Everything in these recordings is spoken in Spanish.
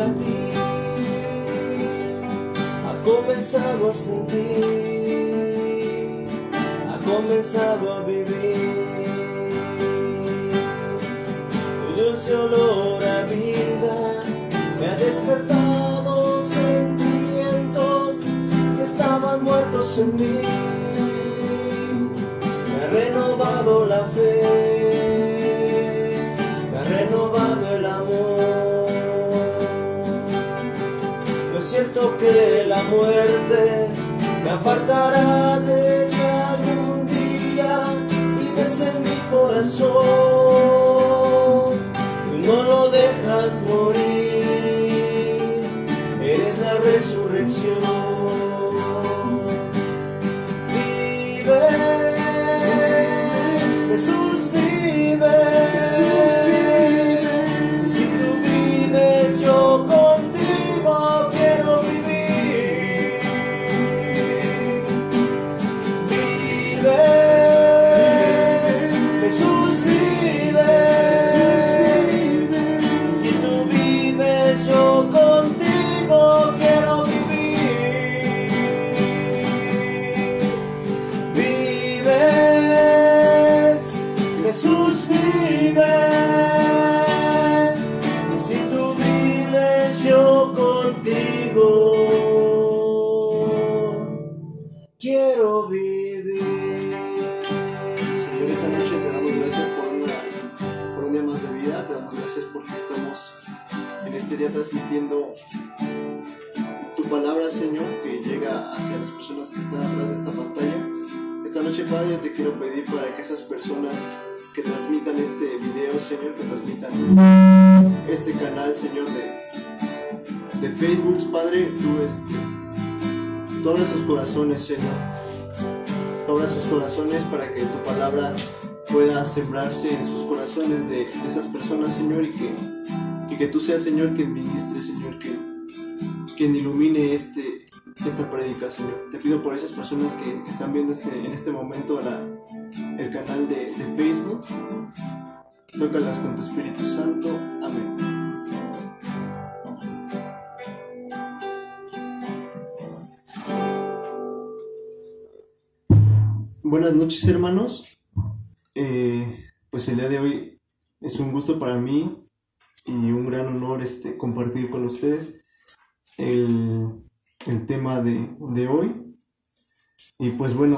para ti, ha comenzado a sentir, ha comenzado a vivir. Tu dulce olor a vida me ha despertado sentimientos que estaban muertos en mí. Me ha renovado la fe, me ha renovado el amor. No es cierto que la muerte me apartará de ti algún día, vives en mi corazón, tú no lo dejas morir, eres la resurrección. Jesús vive, si tú vives yo contigo quiero vivir. Vive, Jesús vive, si tú vives yo contigo quiero vivir. Jesús vive, y si tú vives yo contigo quiero vivir. Señor, esta noche te damos gracias por un día más de vida, te damos gracias porque estamos en este día transmitiendo tu palabra, Señor, que llega hacia las personas que están atrás de esta pantalla. Esta noche, Padre, te quiero pedir para que esas personas que transmitan este video, Señor, que transmitan este canal, Señor, de Facebook, Padre, tú abras sus corazones, Señor. Tú abras sus corazones para que tu palabra pueda sembrarse en sus corazones de esas personas, Señor, y que tú seas, Señor, quien ministre, Señor, quien ilumine esta prédica, Señor. Te pido por esas personas que están viendo en este momento el canal de Facebook. Tócalas con tu Espíritu Santo. Amén. Buenas noches, hermanos. Pues el día de hoy es un gusto para mí y un gran honor compartir con ustedes el tema de hoy. Y pues bueno,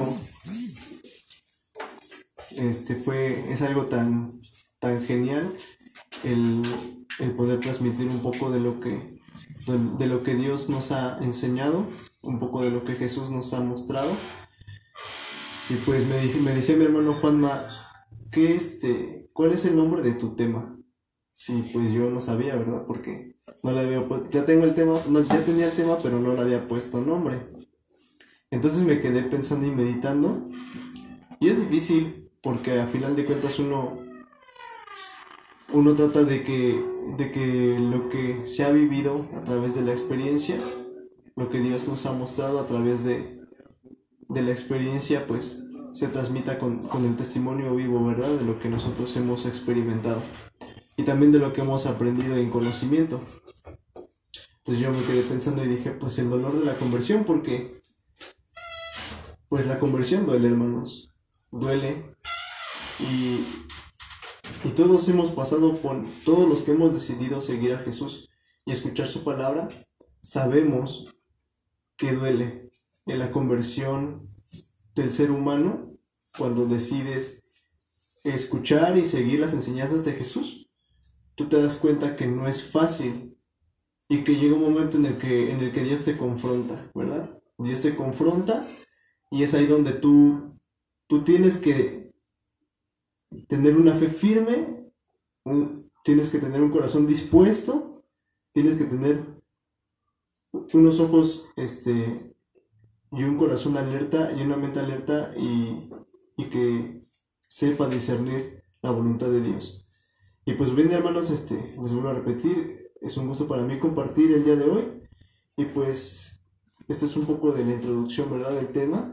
es algo tan genial el poder transmitir un poco de lo que Dios nos ha enseñado, un poco de lo que Jesús nos ha mostrado. Y pues me decía mi hermano Juanma, ¿cuál es el nombre de tu tema? Y pues yo no sabía, ¿verdad? Porque no le había puesto, ya tenía el tema, pero no le había puesto nombre. Entonces me quedé pensando y meditando. Y es difícil porque a final de cuentas uno trata de que lo que se ha vivido a través de la experiencia, lo que Dios nos ha mostrado a través de la experiencia, pues se transmita con el testimonio vivo, ¿verdad? De lo que nosotros hemos experimentado y también de lo que hemos aprendido en conocimiento. Entonces yo me quedé pensando y dije, pues el dolor de la conversión, porque pues la conversión duele, hermanos, duele. Y todos hemos pasado todos los que hemos decidido seguir a Jesús y escuchar su palabra, sabemos que duele en la conversión del ser humano cuando decides escuchar y seguir las enseñanzas de Jesús. Tú te das cuenta que no es fácil y que llega un momento en el que Dios te confronta, ¿verdad? Dios te confronta y es ahí donde tú tienes que tener una fe firme, tienes que tener un corazón dispuesto, tienes que tener unos ojos y un corazón alerta y una mente alerta y que sepa discernir la voluntad de Dios. Y pues bien, hermanos, les vuelvo a repetir, es un gusto para mí compartir el día de hoy. Y pues esta es un poco de la introducción, ¿verdad?, del tema.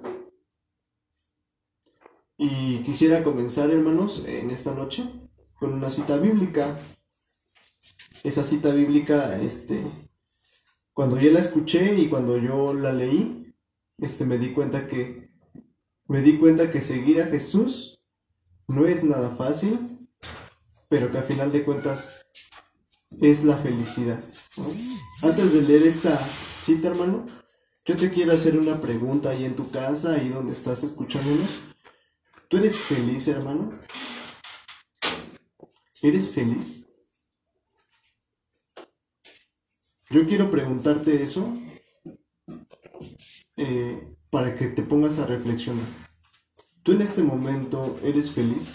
Y quisiera comenzar, hermanos, en esta noche con una cita bíblica esa cita bíblica, cuando yo la escuché y cuando yo la leí, me di cuenta que seguir a Jesús no es nada fácil, pero que a final de cuentas es la felicidad, ¿no? Antes de leer esta cita, hermano, yo te quiero hacer una pregunta ahí en tu casa, ahí donde estás escuchándonos. ¿Tú eres feliz, hermano? ¿Eres feliz? Yo quiero preguntarte eso para que te pongas a reflexionar. ¿Tú en este momento eres feliz?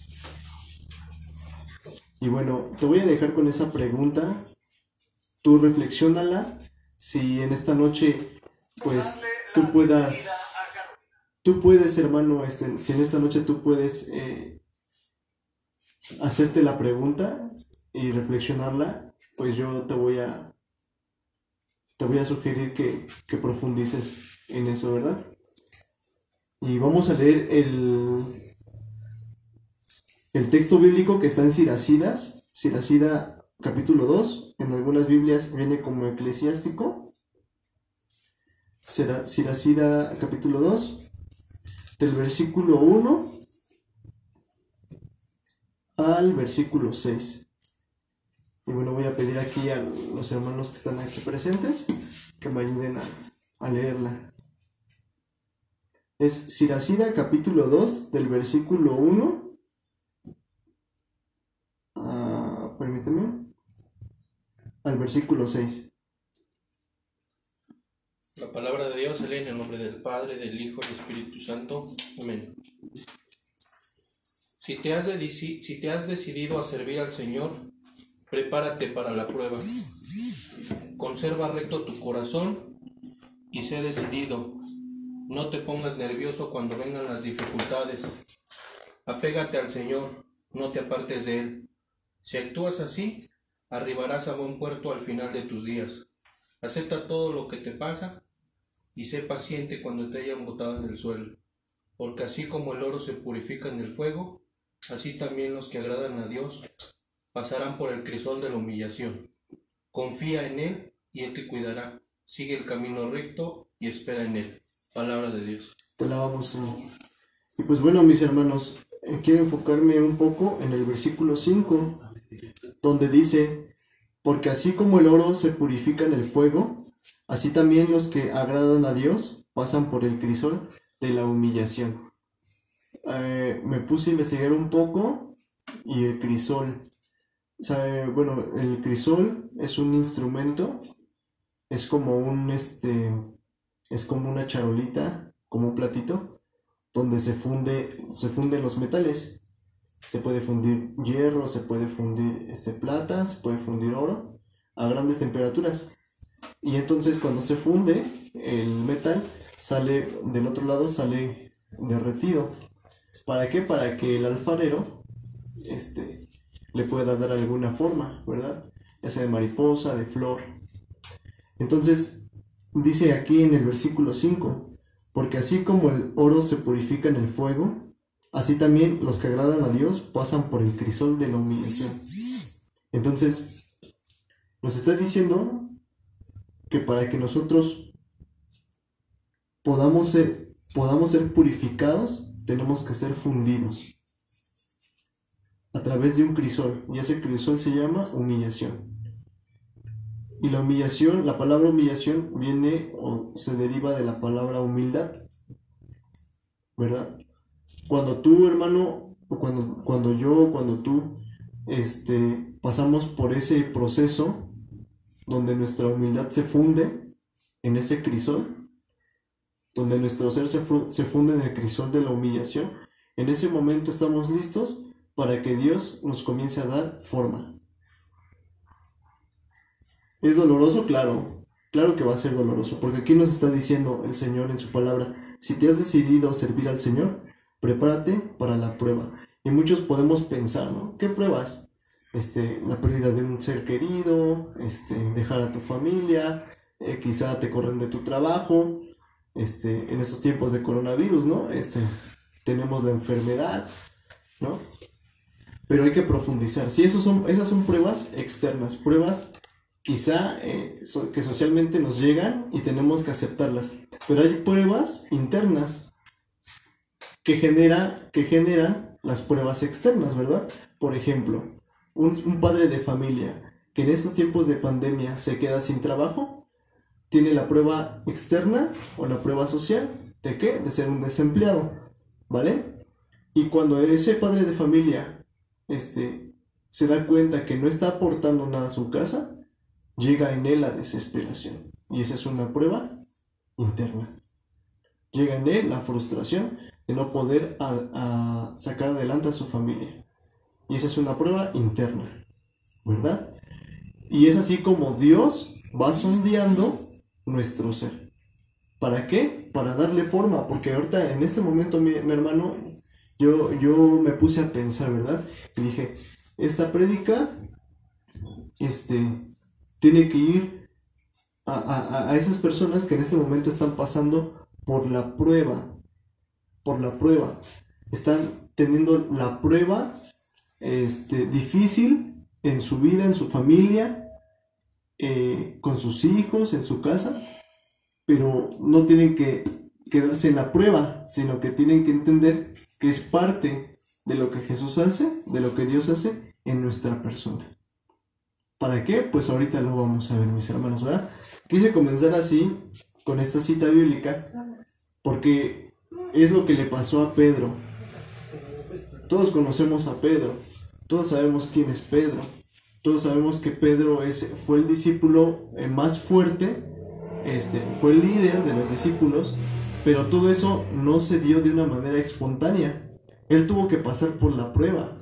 Y bueno, te voy a dejar con esa pregunta. Tú reflexiónala. Si en esta noche, pues, tú puedes, hermano, si en esta noche tú puedes hacerte la pregunta y reflexionarla, pues yo te voy a sugerir que profundices en eso, ¿verdad? Y vamos a leer el texto bíblico que está en Siracida capítulo 2, en algunas Biblias viene como eclesiástico. Siracida capítulo 2, del versículo 1 al versículo 6. Y bueno, voy a pedir aquí a los hermanos que están aquí presentes que me ayuden a leerla. Es Siracida capítulo 2, del versículo 1 al versículo 6. La palabra de Dios se lee en el nombre del Padre, del Hijo y del Espíritu Santo. Amén. Si te has decidido a servir al Señor, prepárate para la prueba. Conserva recto tu corazón y sé decidido. No te pongas nervioso cuando vengan las dificultades. Apégate al Señor, no te apartes de Él. Si actúas así, arribarás a buen puerto al final de tus días. Acepta todo lo que te pasa y sé paciente cuando te hayan botado en el suelo. Porque así como el oro se purifica en el fuego, así también los que agradan a Dios pasarán por el crisol de la humillación. Confía en Él y Él te cuidará. Sigue el camino recto y espera en Él. Palabra de Dios. Te alabamos, Señor. Y pues bueno, mis hermanos, quiero enfocarme un poco en el versículo 5, donde dice: porque así como el oro se purifica en el fuego, así también los que agradan a Dios pasan por el crisol de la humillación. Me puse a investigar un poco y el crisol, bueno, el crisol es un instrumento, es como es como una charolita, como un platito, donde se funden los metales. Se puede fundir hierro, se puede fundir plata, se puede fundir oro a grandes temperaturas. Y entonces cuando se funde el metal, sale del otro lado, sale derretido. ¿Para qué? Para que el alfarero le pueda dar alguna forma, ¿verdad? Ya sea de mariposa, de flor. Entonces dice aquí en el versículo 5: porque así como el oro se purifica en el fuego, así también los que agradan a Dios pasan por el crisol de la humillación. Entonces, nos está diciendo que para que nosotros podamos ser purificados, tenemos que ser fundidos a través de un crisol, y ese crisol se llama humillación. Y la humillación, la palabra humillación viene o se deriva de la palabra humildad, ¿verdad? Cuando tú, hermano, o cuando tú, pasamos por ese proceso donde nuestra humildad se funde en ese crisol, donde nuestro ser se funde en el crisol de la humillación, en ese momento estamos listos para que Dios nos comience a dar forma. ¿Es doloroso? Claro que va a ser doloroso, porque aquí nos está diciendo el Señor en su palabra: si te has decidido a servir al Señor, prepárate para la prueba. Y muchos podemos pensar, ¿no? ¿Qué pruebas? La pérdida de un ser querido, dejar a tu familia, quizá te corren de tu trabajo, en estos tiempos de coronavirus, ¿no? Tenemos la enfermedad, ¿no? pero hay que profundizar. Si esas son pruebas externas, pruebas quizá que socialmente nos llegan y tenemos que aceptarlas, pero hay pruebas internas que generan las pruebas externas, ¿verdad? Por ejemplo, un padre de familia que en estos tiempos de pandemia se queda sin trabajo, tiene la prueba externa o la prueba social, ¿de qué? De ser un desempleado, ¿vale? Y cuando ese padre de familia se da cuenta que no está aportando nada a su casa, llega en él la desesperación. Y esa es una prueba interna. Llega en él la frustración de no poder sacar adelante a su familia. Y esa es una prueba interna, ¿verdad? Y es así como Dios va sondeando nuestro ser. ¿Para qué? Para darle forma. Porque ahorita, en este momento, mi hermano, yo me puse a pensar, ¿verdad? Y dije, esta prédica tiene que ir a esas personas que en este momento están pasando por la prueba. Están teniendo la prueba difícil en su vida, en su familia, con sus hijos, en su casa, pero no tienen que quedarse en la prueba, sino que tienen que entender que es parte de lo que Jesús hace, de lo que Dios hace en nuestra persona. ¿Para qué? Pues ahorita lo vamos a ver, mis hermanos, ¿verdad? Quise comenzar así, con esta cita bíblica, porque es lo que le pasó a Pedro. Todos conocemos a Pedro, todos sabemos quién es Pedro, todos sabemos que Pedro fue el discípulo más fuerte, fue el líder de los discípulos, pero todo eso no se dio de una manera espontánea. Él tuvo que pasar por la prueba.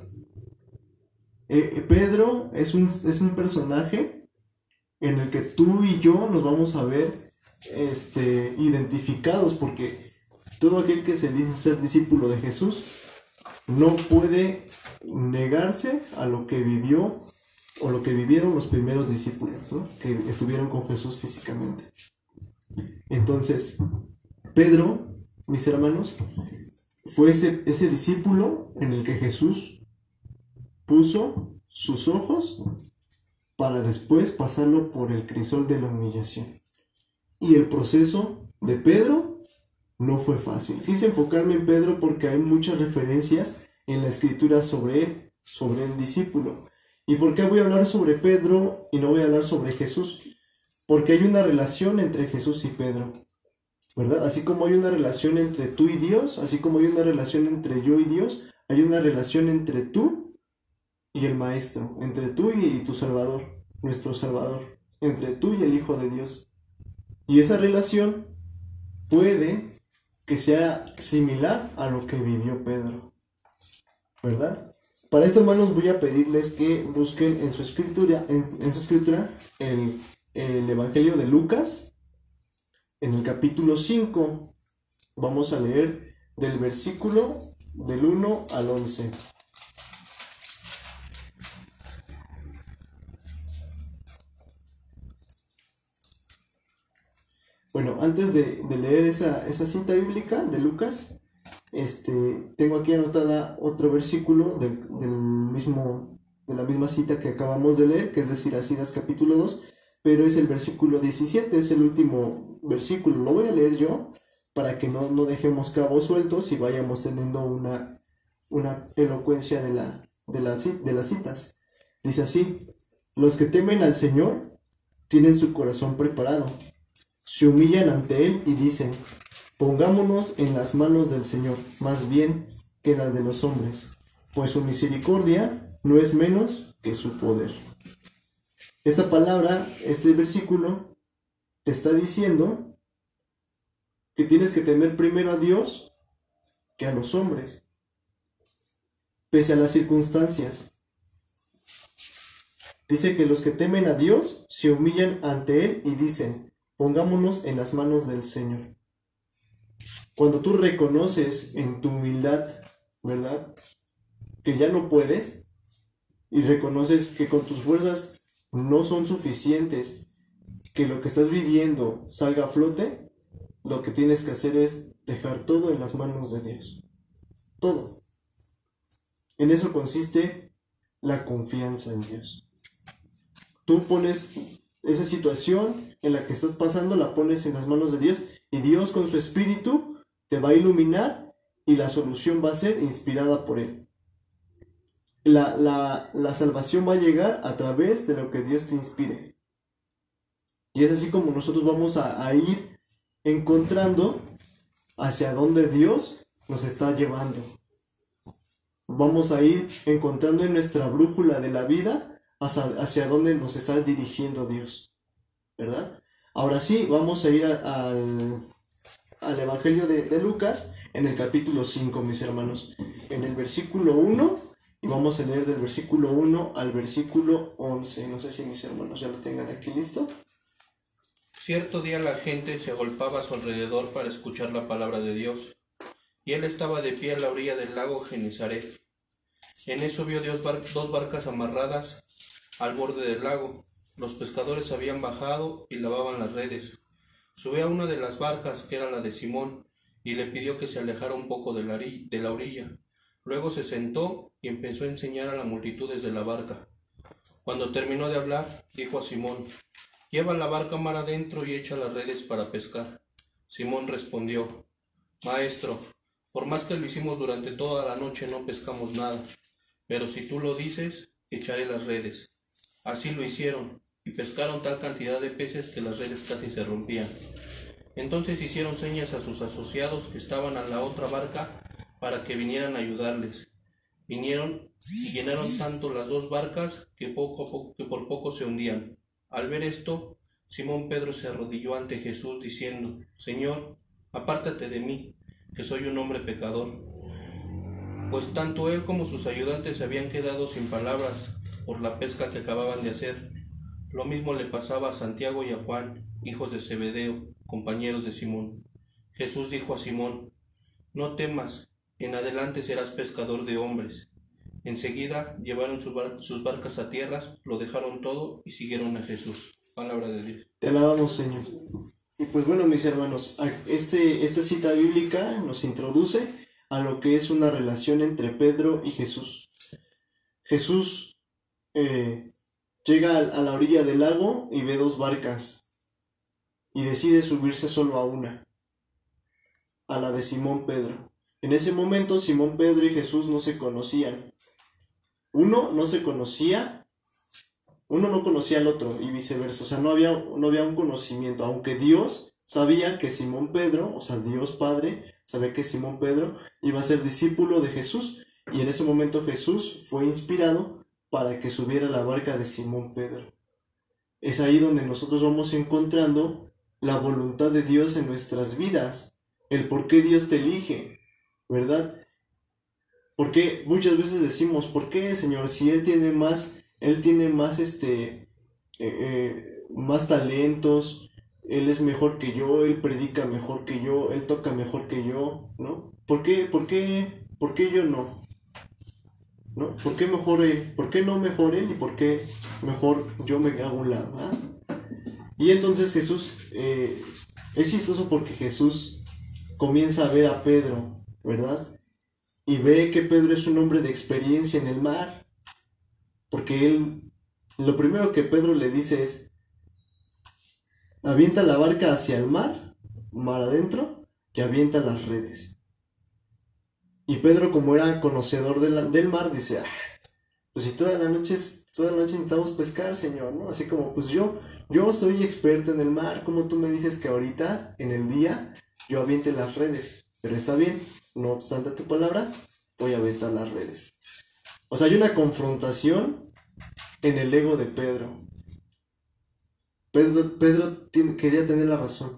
Pedro es un personaje en el que tú y yo nos vamos a ver identificados, porque todo aquel que se dice ser discípulo de Jesús no puede negarse a lo que vivió o lo que vivieron los primeros discípulos, ¿no? Que estuvieron con Jesús físicamente. Entonces, Pedro, mis hermanos, fue ese discípulo en el que Jesús puso sus ojos para después pasarlo por el crisol de la humillación. Y el proceso de Pedro no fue fácil. Quise enfocarme en Pedro porque hay muchas referencias en la escritura sobre él, sobre el discípulo. ¿Y por qué voy a hablar sobre Pedro y no voy a hablar sobre Jesús? Porque hay una relación entre Jesús y Pedro, ¿verdad? Así como hay una relación entre tú y Dios, así como hay una relación entre yo y Dios, hay una relación entre tú y el Maestro, entre tú y tu Salvador, nuestro Salvador, entre tú y el Hijo de Dios. Y esa relación puede que sea similar a lo que vivió Pedro, ¿verdad? Para esto, hermanos, voy a pedirles que busquen en su escritura, el Evangelio de Lucas, en el capítulo 5. Vamos a leer del versículo del 1 al 11. Bueno, antes de leer esa cita bíblica de Lucas, tengo aquí anotada otro versículo de la misma cita que acabamos de leer, que es de Siracídas capítulo 2, pero es el versículo 17, es el último versículo. Lo voy a leer yo para que no dejemos cabos sueltos y vayamos teniendo una elocuencia de las citas. Dice así: los que temen al Señor tienen su corazón preparado, se humillan ante Él y dicen: pongámonos en las manos del Señor, más bien que las de los hombres, pues su misericordia no es menos que su poder. Esta palabra, este versículo, te está diciendo que tienes que temer primero a Dios que a los hombres, pese a las circunstancias. Dice que los que temen a Dios se humillan ante Él y dicen: pongámonos en las manos del Señor. Cuando tú reconoces en tu humildad, ¿verdad?, que ya no puedes, y reconoces que con tus fuerzas no son suficientes, que lo que estás viviendo salga a flote, lo que tienes que hacer es dejar todo en las manos de Dios. Todo. En eso consiste la confianza en Dios. Tú pones esa situación en la que estás pasando, la pones en las manos de Dios, y Dios con su espíritu te va a iluminar y la solución va a ser inspirada por Él. La salvación va a llegar a través de lo que Dios te inspire. Y es así como nosotros vamos a ir encontrando hacia dónde Dios nos está llevando. Vamos a ir encontrando en nuestra brújula de la vida hacia dónde nos está dirigiendo Dios, ¿verdad? Ahora sí, vamos a ir al Evangelio de Lucas, en el capítulo 5, mis hermanos, en el versículo 1, y vamos a leer del versículo 1 al versículo 11. No sé si mis hermanos ya lo tengan aquí listo. Cierto día la gente se agolpaba a su alrededor para escuchar la palabra de Dios, y él estaba de pie a la orilla del lago Genesaret. En eso vio Dios dos barcas amarradas al borde del lago. Los pescadores habían bajado y lavaban las redes. Subió a una de las barcas, que era la de Simón, y le pidió que se alejara un poco de la orilla. Luego se sentó y empezó a enseñar a la multitud desde la barca. Cuando terminó de hablar, dijo a Simón: «Lleva la barca mar adentro y echa las redes para pescar». Simón respondió: «Maestro, por más que lo hicimos durante toda la noche no pescamos nada, pero si tú lo dices, echaré las redes». Así lo hicieron, y pescaron tal cantidad de peces que las redes casi se rompían. Entonces hicieron señas a sus asociados que estaban a la otra barca para que vinieran a ayudarles. Vinieron y llenaron tanto las dos barcas que por poco se hundían. Al ver esto, Simón Pedro se arrodilló ante Jesús diciendo: «Señor, apártate de mí, que soy un hombre pecador». Pues tanto él como sus ayudantes se habían quedado sin palabras por la pesca que acababan de hacer. Lo mismo le pasaba a Santiago y a Juan, hijos de Zebedeo, compañeros de Simón. Jesús dijo a Simón: «No temas, en adelante serás pescador de hombres». Enseguida llevaron sus barcas a tierra, lo dejaron todo y siguieron a Jesús. Palabra de Dios. Te alabamos, Señor. Y pues bueno, mis hermanos, esta cita bíblica nos introduce a lo que es una relación entre Pedro y Jesús. Jesús llega a la orilla del lago y ve dos barcas y decide subirse solo a una, a la de Simón Pedro. En ese momento Simón Pedro y Jesús no se conocían. Uno no conocía al otro y viceversa. O sea, no había un conocimiento, aunque Dios sabía que Simón Pedro, o sea, Dios Padre, sabía que Simón Pedro iba a ser discípulo de Jesús, y en ese momento Jesús fue inspirado para que subiera a la barca de Simón Pedro. Es ahí donde nosotros vamos encontrando la voluntad de Dios en nuestras vidas, el por qué Dios te elige, ¿verdad? Porque muchas veces decimos: ¿por qué, Señor? Si Él tiene más más talentos, Él es mejor que yo, Él predica mejor que yo, Él toca mejor que yo, ¿no? ¿Por qué yo no? ¿No? ¿Por qué mejor Él? ¿Por qué no mejor Él? ¿Y por qué mejor yo me hago a un lado? ¿Ah? Y entonces Jesús, es chistoso porque Jesús comienza a ver a Pedro, ¿verdad? Y ve que Pedro es un hombre de experiencia en el mar, porque lo primero que Pedro le dice es: avienta la barca hacia el mar adentro, que avienta las redes. Y Pedro, como era conocedor del mar, dice: pues si toda la noche intentamos pescar, Señor, ¿no? Así como, pues yo soy experto en el mar, como tú me dices que ahorita, en el día, yo aviente las redes. Pero está bien, no obstante tu palabra, voy a aventar las redes. O sea, hay una confrontación en el ego de Pedro. Pedro quería tener la razón,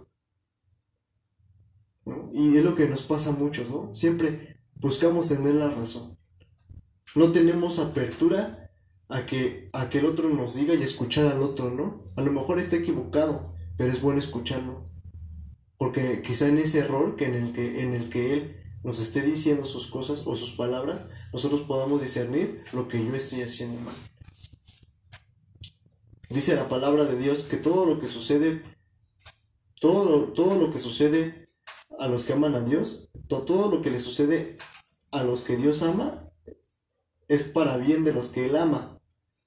¿no? Y es lo que nos pasa a muchos, ¿no? Siempre buscamos tener la razón. No tenemos apertura a que el otro nos diga y escuchar al otro, ¿no? A lo mejor está equivocado, pero es bueno escucharlo. Porque quizá en ese error en el que él nos esté diciendo sus cosas o sus palabras, nosotros podamos discernir lo que yo estoy haciendo mal. Dice la palabra de Dios que todo lo que sucede a los que aman a Dios, todo lo que le sucede a los que Dios ama, es para bien de los que Él ama.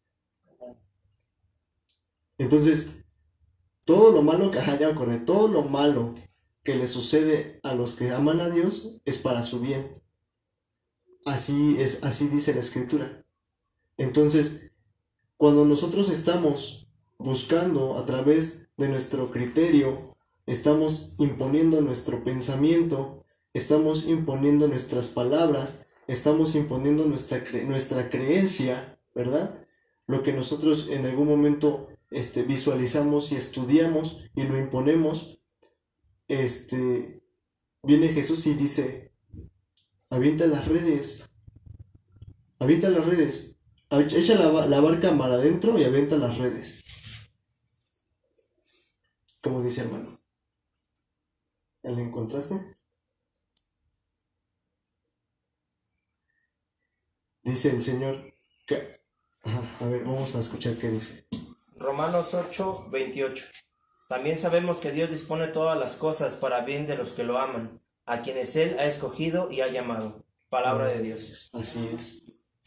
Entonces, todo lo malo ya me acordé, todo lo malo que le sucede a los que aman a Dios es para su bien. Así es, así dice la Escritura. Entonces, cuando nosotros estamos buscando a través de nuestro criterio, estamos imponiendo nuestro pensamiento, estamos imponiendo nuestras palabras, estamos imponiendo nuestra creencia, ¿verdad? Lo que nosotros en algún momento visualizamos y estudiamos y lo imponemos, viene Jesús y dice, avienta las redes, echa la barca mar adentro y avienta las redes. Como dice hermano. ¿Ya la encontraste? Dice el Señor que... a ver, vamos a escuchar qué dice. Romanos 8:28. También sabemos que Dios dispone todas las cosas para bien de los que lo aman, a quienes Él ha escogido y ha llamado. Palabra de Dios. Así es.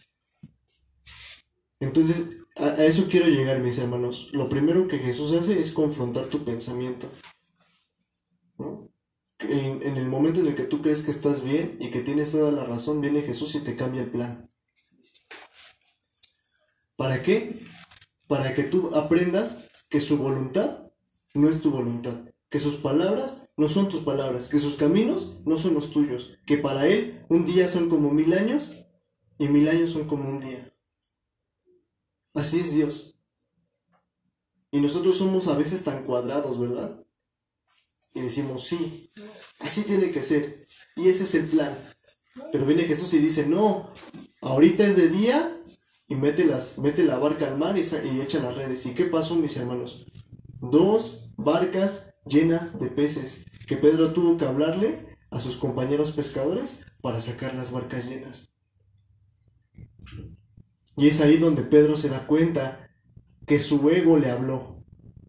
Entonces, a eso quiero llegar, mis hermanos. Lo primero que Jesús hace es confrontar tu pensamiento, ¿no? En el momento en el que tú crees que estás bien y que tienes toda la razón, viene Jesús y te cambia el plan. ¿Para qué? Para que tú aprendas que su voluntad no es tu voluntad, que sus palabras no son tus palabras, que sus caminos no son los tuyos, que para Él un día son como 1000 años y 1000 años son como un día. Así es Dios. Y nosotros somos a veces tan cuadrados, ¿verdad? Y decimos, sí, así tiene que ser. Y ese es el plan. Pero viene Jesús y dice, no, ahorita es de día y mete la barca al mar y echa las redes. ¿Y qué pasó, mis hermanos? 2 barcas llenas de peces, que Pedro tuvo que hablarle a sus compañeros pescadores para sacar las barcas llenas. Y es ahí donde Pedro se da cuenta que su ego le habló,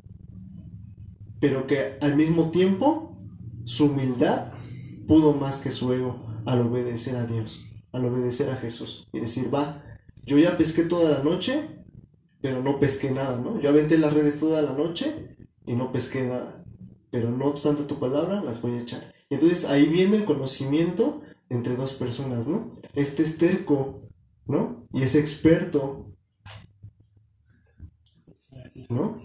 pero que al mismo tiempo su humildad pudo más que su ego al obedecer a Dios, al obedecer a Jesús y decir, va, yo ya pesqué toda la noche, pero no pesqué nada, ¿no? Yo aventé las redes toda la noche y no pesqué nada, pero no obstante tu palabra, las voy a echar. Y entonces ahí viene el conocimiento entre 2 personas, ¿no? Este es terco, ¿no? Y es experto, ¿no?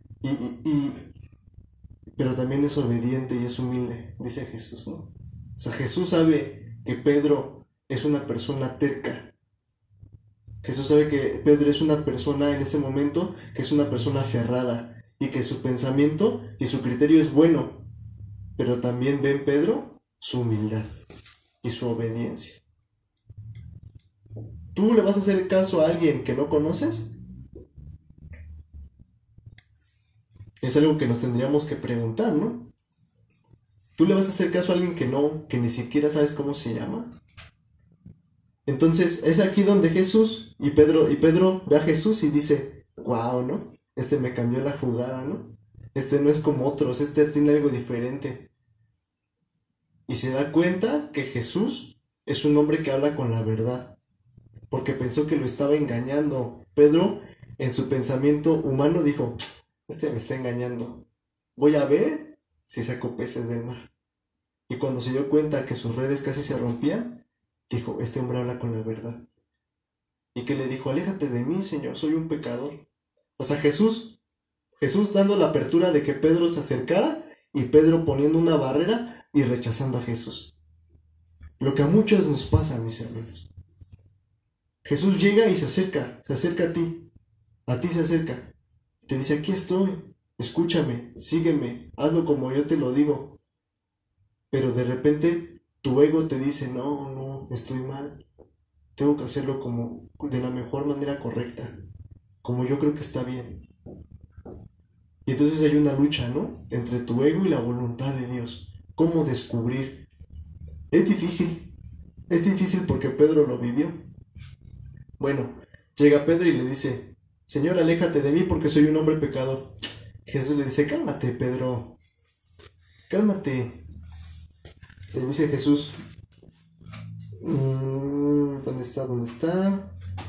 Pero también es obediente y es humilde, dice Jesús, ¿no? O sea, Jesús sabe que Pedro es una persona terca. Jesús sabe que Pedro es una persona en ese momento que es una persona aferrada y que su pensamiento y su criterio es bueno, pero también ve en Pedro su humildad y su obediencia. ¿Tú le vas a hacer caso a alguien que no conoces? Es algo que nos tendríamos que preguntar, ¿no? ¿Tú le vas a hacer caso a alguien que ni siquiera sabes cómo se llama? Entonces es aquí donde Jesús y Pedro ve a Jesús y dice, wow, ¿no? Me cambió la jugada, ¿no? No es como otros, tiene algo diferente. Y se da cuenta que Jesús es un hombre que habla con la verdad, porque pensó que lo estaba engañando. Pedro, en su pensamiento humano, dijo, me está engañando. Voy a ver si saco peces del mar. Y cuando se dio cuenta que sus redes casi se rompían, dijo, este hombre habla con la verdad. Y que le dijo, aléjate de mí, Señor, soy un pecador. O sea, Jesús dando la apertura de que Pedro se acercara y Pedro poniendo una barrera y rechazando a Jesús. Lo que a muchos nos pasa, mis hermanos. Jesús llega y se acerca a ti se acerca. Te dice, aquí estoy, escúchame, sígueme, hazlo como yo te lo digo. Pero de repente tu ego te dice, no, estoy mal. Tengo que hacerlo como de la mejor manera correcta, como yo creo que está bien. Y entonces hay una lucha, ¿no? Entre tu ego y la voluntad de Dios. ¿Cómo descubrir? Es difícil porque Pedro lo vivió. Bueno, llega Pedro y le dice, Señor, aléjate de mí porque soy un hombre pecador. Jesús le dice, cálmate, Pedro, cálmate. Le dice Jesús, ¿dónde está?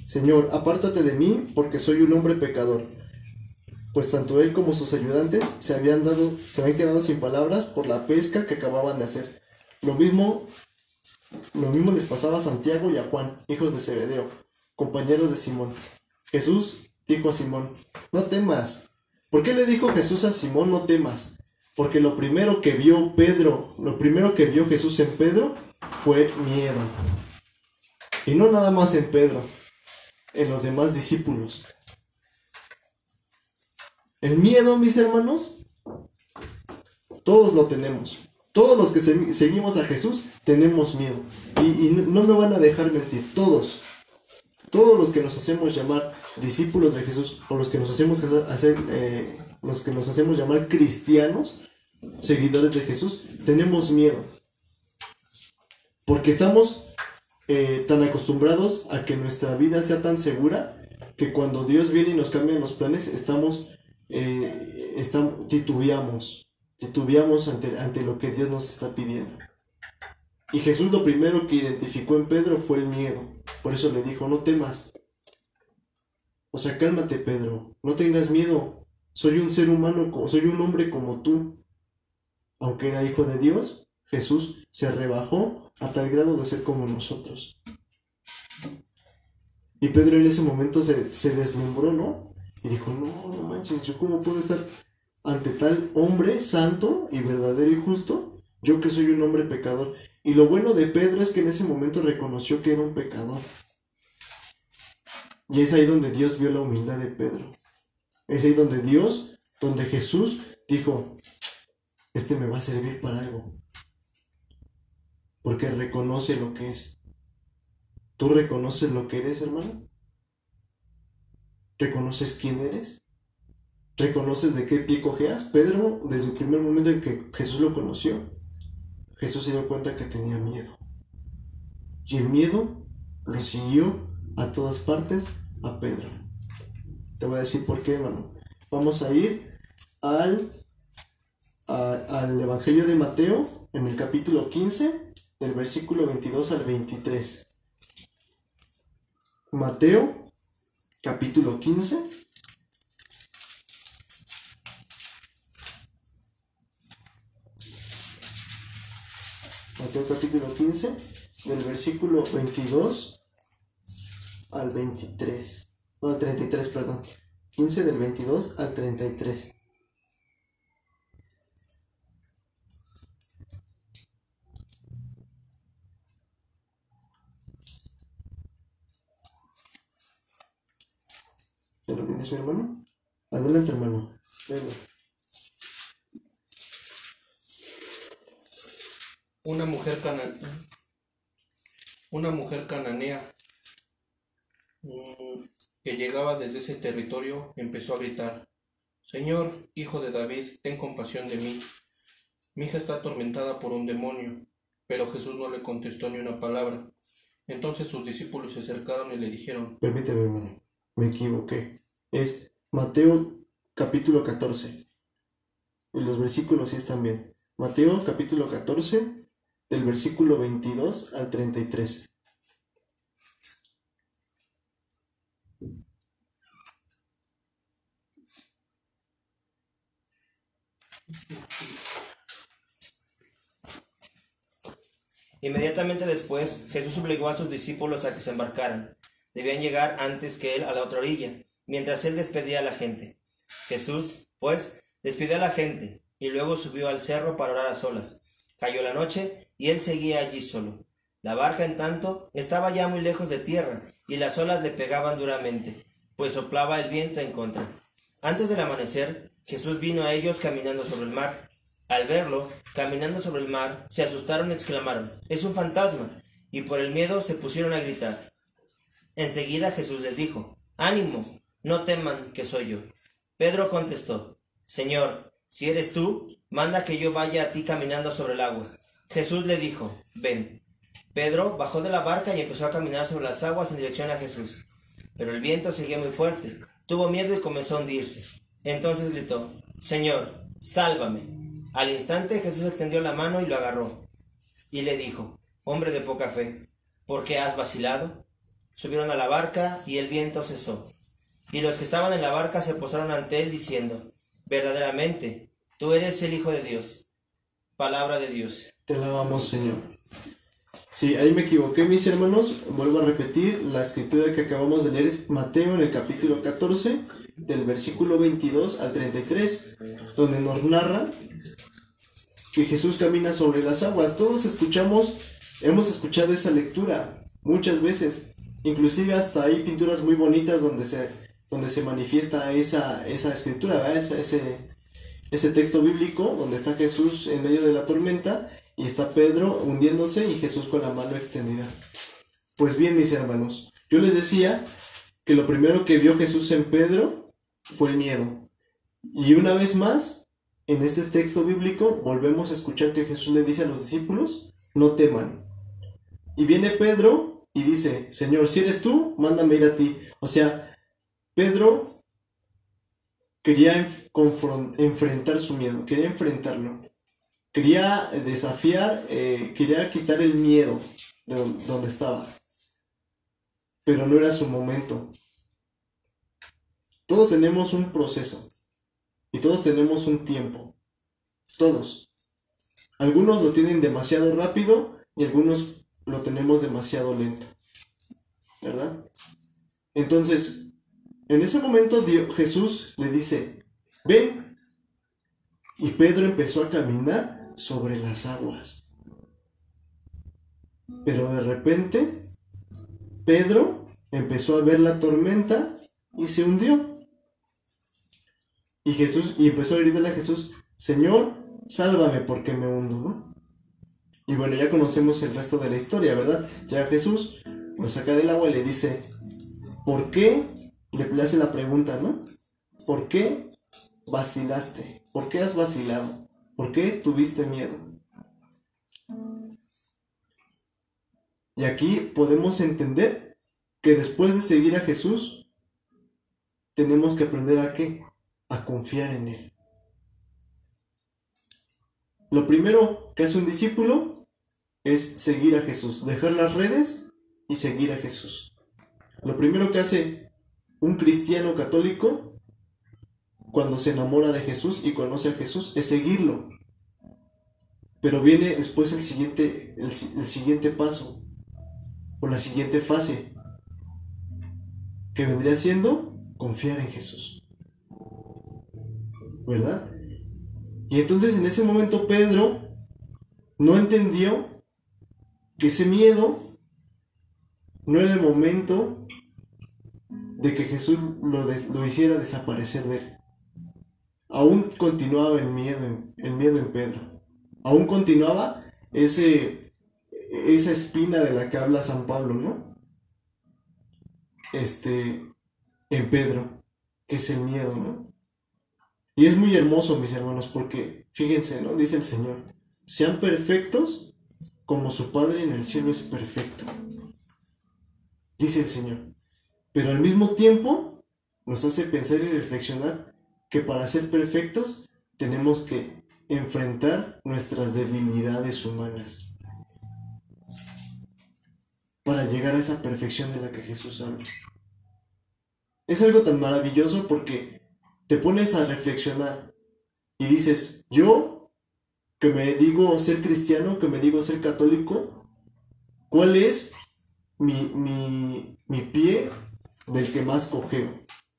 Señor, apártate de mí, porque soy un hombre pecador. Pues tanto él como sus ayudantes se habían quedado sin palabras por la pesca que acababan de hacer. Lo mismo les pasaba a Santiago y a Juan, hijos de Zebedeo, compañeros de Simón. Jesús dijo a Simón: no temas. ¿Por qué le dijo Jesús a Simón: no temas? Porque lo primero que vio Jesús en Pedro fue miedo. Y no nada más en Pedro, en los demás discípulos. El miedo, mis hermanos, todos lo tenemos. Todos los que seguimos a Jesús tenemos miedo. Y no me van a dejar mentir, todos los que nos hacemos llamar discípulos de Jesús, o los que nos hacemos llamar cristianos, seguidores de Jesús, tenemos miedo. Porque estamos tan acostumbrados a que nuestra vida sea tan segura, que cuando Dios viene y nos cambia los planes, titubeamos ante lo que Dios nos está pidiendo. Y Jesús lo primero que identificó en Pedro fue el miedo. Por eso le dijo: no temas. O sea, cálmate, Pedro, no tengas miedo. Soy un ser humano, soy un hombre como tú. Aunque era hijo de Dios, Jesús se rebajó a tal grado de ser como nosotros. Y Pedro en ese momento se deslumbró, ¿no? Y dijo: no manches, ¿yo cómo puedo estar ante tal hombre santo y verdadero y justo? Yo que soy un hombre pecador. Y lo bueno de Pedro es que en ese momento reconoció que era un pecador. Y es ahí donde Dios vio la humildad de Pedro. Es ahí donde Jesús dijo: este me va a servir para algo. Porque reconoce lo que es. ¿Tú reconoces lo que eres, hermano? ¿Reconoces quién eres? ¿Reconoces de qué pie cojeas? Pedro, desde el primer momento en que Jesús lo conoció, Jesús se dio cuenta que tenía miedo. Y el miedo lo siguió a todas partes a Pedro. Te voy a decir por qué, hermano. Vamos a ir al Evangelio de Mateo, en el capítulo 15, del versículo 22 al 23. Mateo, capítulo 15. Mateo capítulo 15, del versículo 22 al 23. No, al 33, perdón. 15 del 22 al 33. ¿Ya lo tienes, mi hermano? Adelante, hermano. Venga. Una mujer cananea que llegaba desde ese territorio empezó a gritar: Señor, hijo de David, ten compasión de mí. Mi hija está atormentada por un demonio. Pero Jesús no le contestó ni una palabra. Entonces sus discípulos se acercaron y le dijeron: Permíteme, hermano, me equivoqué. Es Mateo capítulo 14. Y los versículos sí están bien. Mateo capítulo 14, del versículo 22 al 33. Inmediatamente después, Jesús obligó a sus discípulos a que se embarcaran. Debían llegar antes que él a la otra orilla, mientras él despedía a la gente. Jesús, pues, despidió a la gente, y luego subió al cerro para orar a solas. Cayó la noche, y él seguía allí solo. La barca, en tanto, estaba ya muy lejos de tierra, y las olas le pegaban duramente, pues soplaba el viento en contra. Antes del amanecer, Jesús vino a ellos caminando sobre el mar. Al verlo, caminando sobre el mar, se asustaron y exclamaron: «¡Es un fantasma!», y por el miedo se pusieron a gritar. Enseguida Jesús les dijo: «¡Ánimo! No teman, que soy yo». Pedro contestó: «Señor, si eres tú, manda que yo vaya a ti caminando sobre el agua». Jesús le dijo: «Ven». Pedro bajó de la barca y empezó a caminar sobre las aguas en dirección a Jesús. Pero el viento seguía muy fuerte. Tuvo miedo y comenzó a hundirse. Entonces gritó: «Señor, sálvame». Al instante Jesús extendió la mano y lo agarró. Y le dijo: «Hombre de poca fe, ¿por qué has vacilado?». Subieron a la barca y el viento cesó. Y los que estaban en la barca se postraron ante él diciendo: verdaderamente, tú eres el Hijo de Dios. Palabra de Dios. Te alabamos, Señor. Sí, ahí me equivoqué, mis hermanos. Vuelvo a repetir, la escritura que acabamos de leer es Mateo en el capítulo 14, del versículo 22 al 33, donde nos narra que Jesús camina sobre las aguas. Todos hemos escuchado esa lectura muchas veces. Inclusive hasta hay pinturas muy bonitas donde se manifiesta esa escritura, ¿verdad? Ese texto bíblico donde está Jesús en medio de la tormenta y está Pedro hundiéndose y Jesús con la mano extendida. Pues bien, mis hermanos, yo les decía que lo primero que vio Jesús en Pedro fue el miedo. Y una vez más, en este texto bíblico, volvemos a escuchar que Jesús le dice a los discípulos: no teman. Y viene Pedro y dice: Señor, si eres tú, mándame ir a ti. O sea, Pedro quería enfrentar su miedo, quería enfrentarlo, quería desafiar, quería quitar el miedo de donde estaba, pero no era su momento. Todos tenemos un proceso y todos tenemos un tiempo, todos. Algunos lo tienen demasiado rápido y algunos lo tenemos demasiado lento, ¿verdad? Entonces, en ese momento Jesús le dice: ven. Y Pedro empezó a caminar sobre las aguas. Pero de repente, Pedro empezó a ver la tormenta y se hundió. Y empezó a gritarle a Jesús: Señor, sálvame porque me hundo, ¿no? Y bueno, ya conocemos el resto de la historia, ¿verdad? Ya Jesús lo saca del agua y le dice: ¿por qué? Le hace la pregunta, ¿no? ¿Por qué vacilaste? ¿Por qué has vacilado? ¿Por qué tuviste miedo? Y aquí podemos entender que después de seguir a Jesús, tenemos que aprender ¿a qué? A confiar en Él. Lo primero que hace un discípulo es seguir a Jesús, dejar las redes y seguir a Jesús. Lo primero que hace un cristiano católico cuando se enamora de Jesús y conoce a Jesús es seguirlo. Pero viene después el siguiente paso o la siguiente fase, que vendría siendo confiar en Jesús, ¿verdad? Y entonces en ese momento Pedro no entendió que ese miedo no era el momento de que Jesús lo hiciera desaparecer de él. Aún continuaba el miedo en Pedro. Aún continuaba esa espina de la que habla San Pablo, ¿no? En Pedro, que es el miedo, ¿no? Y es muy hermoso, mis hermanos, porque fíjense, ¿no? Dice el Señor: sean perfectos como su Padre en el cielo es perfecto. Dice el Señor. Pero al mismo tiempo nos hace pensar y reflexionar que para ser perfectos tenemos que enfrentar nuestras debilidades humanas para llegar a esa perfección de la que Jesús habla. Es algo tan maravilloso porque te pones a reflexionar y dices: yo, que me digo ser cristiano, que me digo ser católico, ¿cuál es mi pie del que más cojeo?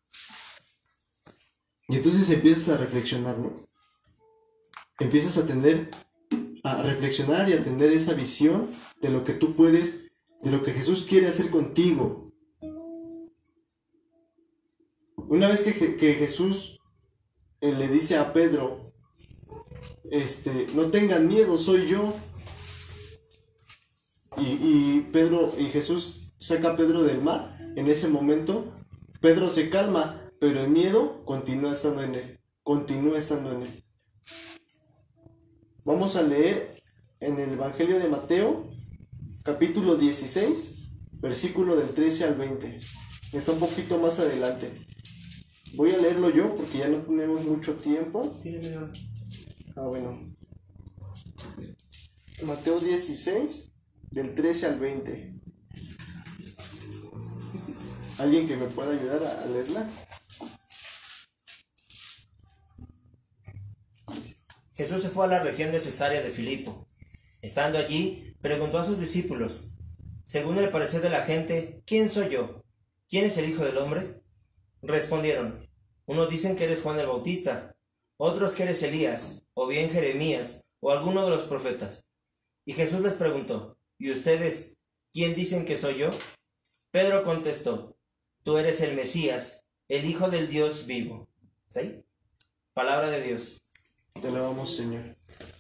Y entonces empiezas a reflexionar, ¿no? Empiezas a reflexionar y a tener esa visión de lo que tú puedes, de lo que Jesús quiere hacer contigo. Una vez que Jesús le dice a Pedro: no tengan miedo, soy yo. Y Jesús saca a Pedro del mar. En ese momento Pedro se calma, pero el miedo continúa estando en él. Vamos a leer en el Evangelio de Mateo, capítulo 16, versículo del 13 al 20. Está un poquito más adelante. Voy a leerlo yo porque ya no tenemos mucho tiempo. Bueno. Mateo 16, del 13 al 20. ¿Alguien que me pueda ayudar a leerla? Jesús se fue a la región de Cesarea de Filipo. Estando allí, preguntó a sus discípulos, según el parecer de la gente, ¿quién soy yo? ¿Quién es el Hijo del Hombre? Respondieron, unos dicen que eres Juan el Bautista, otros que eres Elías, o bien Jeremías, o alguno de los profetas. Y Jesús les preguntó, ¿y ustedes quién dicen que soy yo? Pedro contestó, tú eres el Mesías, el Hijo del Dios vivo. ¿Sí? Palabra de Dios. Te alabamos, Señor.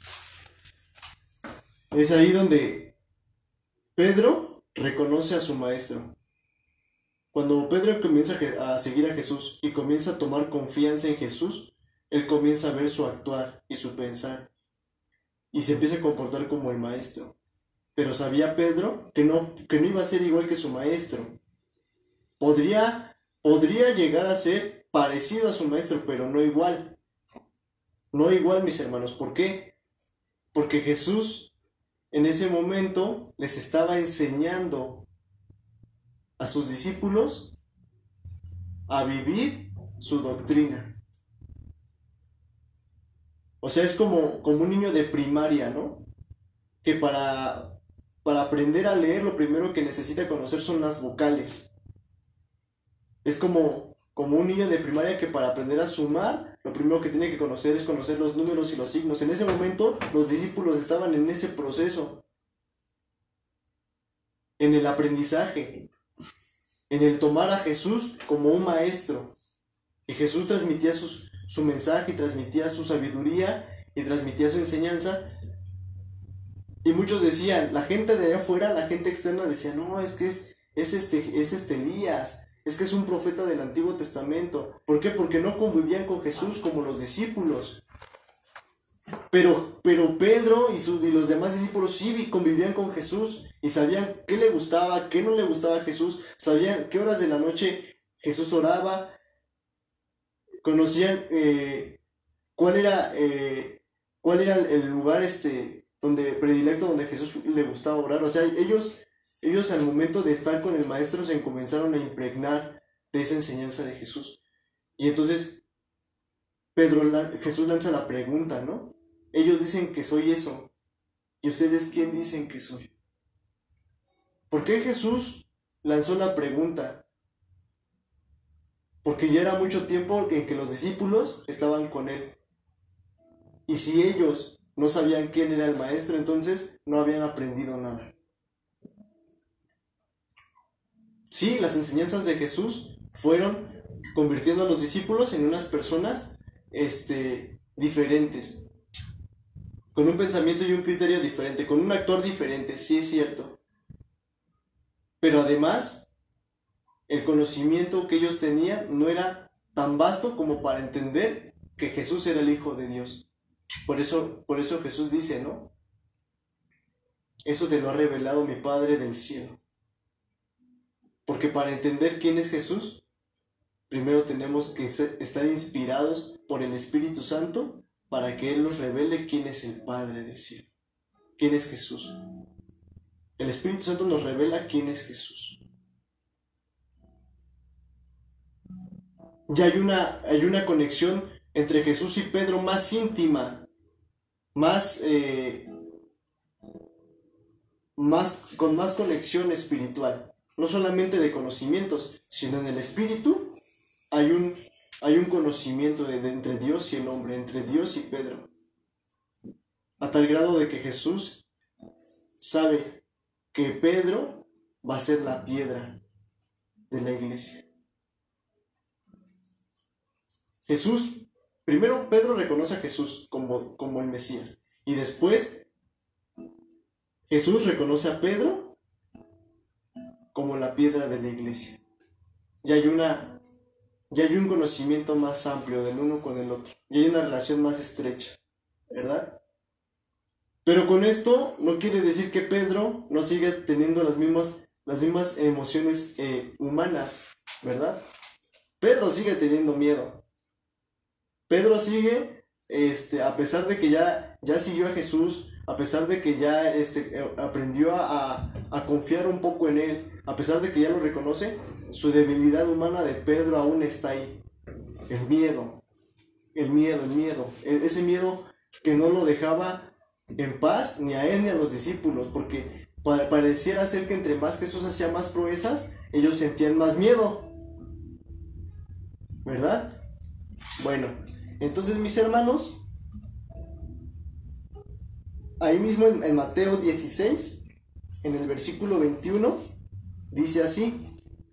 Es ahí donde Pedro reconoce a su maestro. Cuando Pedro comienza a seguir a Jesús y comienza a tomar confianza en Jesús, él comienza a ver su actuar y su pensar y se empieza a comportar como el maestro. Pero sabía Pedro que no iba a ser igual que su maestro. Podría llegar a ser parecido a su maestro, pero no igual. No igual, mis hermanos. ¿Por qué? Porque Jesús en ese momento les estaba enseñando a sus discípulos a vivir su doctrina. O sea, es como un niño de primaria, ¿no? Que para aprender a leer lo primero que necesita conocer son las vocales. Es como un niño de primaria que para aprender a sumar, lo primero que tiene que conocer es conocer los números y los signos. En ese momento, los discípulos estaban en ese proceso, en el aprendizaje, en el tomar a Jesús como un maestro. Y Jesús transmitía su mensaje, y transmitía su sabiduría, y transmitía su enseñanza. Y muchos decían, la gente de allá afuera, la gente externa decía, no, es que es este Elías, es que es un profeta del Antiguo Testamento. ¿Por qué? Porque no convivían con Jesús como los discípulos. Pero Pedro y los demás discípulos sí convivían con Jesús y sabían qué le gustaba, qué no le gustaba a Jesús, sabían qué horas de la noche Jesús oraba, conocían cuál era el lugar predilecto donde Jesús le gustaba orar. O sea, ellos al momento de estar con el maestro se comenzaron a impregnar de esa enseñanza de Jesús. Y entonces Jesús lanza la pregunta, ¿no? Ellos dicen que soy eso. ¿Y ustedes quién dicen que soy? ¿Por qué Jesús lanzó la pregunta? Porque ya era mucho tiempo en que los discípulos estaban con él. Y si ellos no sabían quién era el maestro, entonces no habían aprendido nada. Sí, las enseñanzas de Jesús fueron convirtiendo a los discípulos en unas personas diferentes, con un pensamiento y un criterio diferente, con un actuar diferente, sí es cierto. Pero además, el conocimiento que ellos tenían no era tan vasto como para entender que Jesús era el Hijo de Dios. Por eso Jesús dice, ¿no? Eso te lo ha revelado mi Padre del cielo. Porque para entender quién es Jesús, primero tenemos que estar inspirados por el Espíritu Santo para que Él nos revele quién es el Padre del cielo. ¿Quién es Jesús? El Espíritu Santo nos revela quién es Jesús. Ya hay una conexión entre Jesús y Pedro más íntima, con más conexión espiritual. No solamente de conocimientos, sino en el espíritu hay un conocimiento entre Dios y el hombre, entre Dios y Pedro. A tal grado de que Jesús sabe que Pedro va a ser la piedra de la iglesia. Primero Pedro reconoce a Jesús como el Mesías. Y después Jesús reconoce a Pedro como la piedra de la iglesia. Y hay un conocimiento más amplio del uno con el otro. Y hay una relación más estrecha, ¿verdad? Pero con esto no quiere decir que Pedro no siga teniendo las mismas emociones humanas, ¿verdad? Pedro sigue teniendo miedo. Pedro sigue, a pesar de que ya siguió a Jesús, a pesar de que ya aprendió a confiar un poco en Él, a pesar de que ya lo reconoce, su debilidad humana de Pedro aún está ahí. El miedo. Ese miedo que no lo dejaba en paz ni a él ni a los discípulos, porque pareciera ser que entre más Jesús hacía más proezas, ellos sentían más miedo, ¿verdad? Bueno, entonces mis hermanos, ahí mismo en Mateo 16, en el versículo 21, dice así: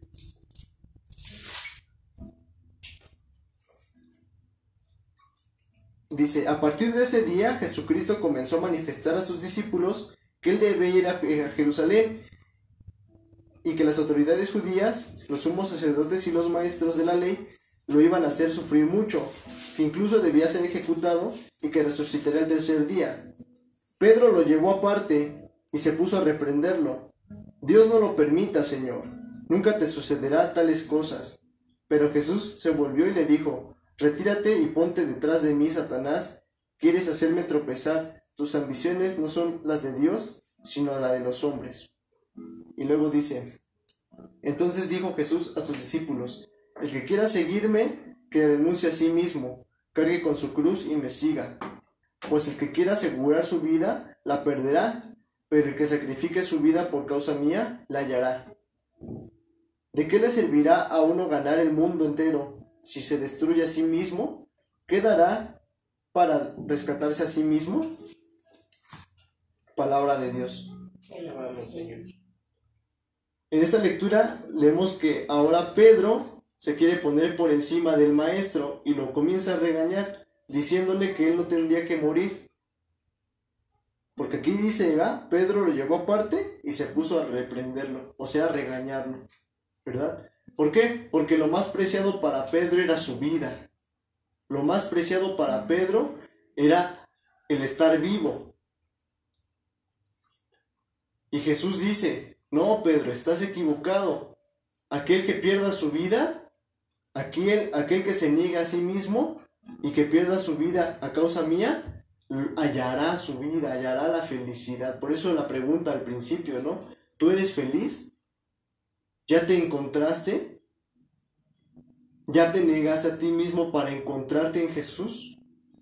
dice, a partir de ese día Jesucristo comenzó a manifestar a sus discípulos que él debe ir a Jerusalén y que las autoridades judías, los sumos sacerdotes y los maestros de la ley lo iban a hacer sufrir mucho, que incluso debía ser ejecutado y que resucitaría el tercer día. Pedro lo llevó aparte y se puso a reprenderlo. Dios no lo permita, Señor, nunca te sucederá tales cosas. Pero Jesús se volvió y le dijo: retírate y ponte detrás de mí, Satanás. ¿Quieres hacerme tropezar? Tus ambiciones no son las de Dios, sino las de los hombres. Y luego dice: entonces dijo Jesús a sus discípulos: el que quiera seguirme, que renuncie a sí mismo, cargue con su cruz y me siga. Pues el que quiera asegurar su vida, la perderá, pero el que sacrifique su vida por causa mía, la hallará. ¿De qué le servirá a uno ganar el mundo entero si se destruye a sí mismo? ¿Qué dará para rescatarse a sí mismo? Palabra de Dios. En esta lectura leemos que ahora Pedro se quiere poner por encima del maestro y lo comienza a regañar, diciéndole que él no tendría que morir. Porque aquí dice, ¿verdad? Pedro lo llevó aparte y se puso a reprenderlo, o sea, a regañarlo, ¿verdad? ¿Por qué? Porque lo más preciado para Pedro era su vida. Lo más preciado para Pedro era el estar vivo. Y Jesús dice: no, Pedro, estás equivocado. Aquel que pierda su vida, aquel que se niega a sí mismo y que pierda su vida a causa mía, hallará su vida, hallará la felicidad. Por eso la pregunta al principio, ¿no? ¿Tú eres feliz? ¿Ya te encontraste? ¿Ya te negaste a ti mismo para encontrarte en Jesús?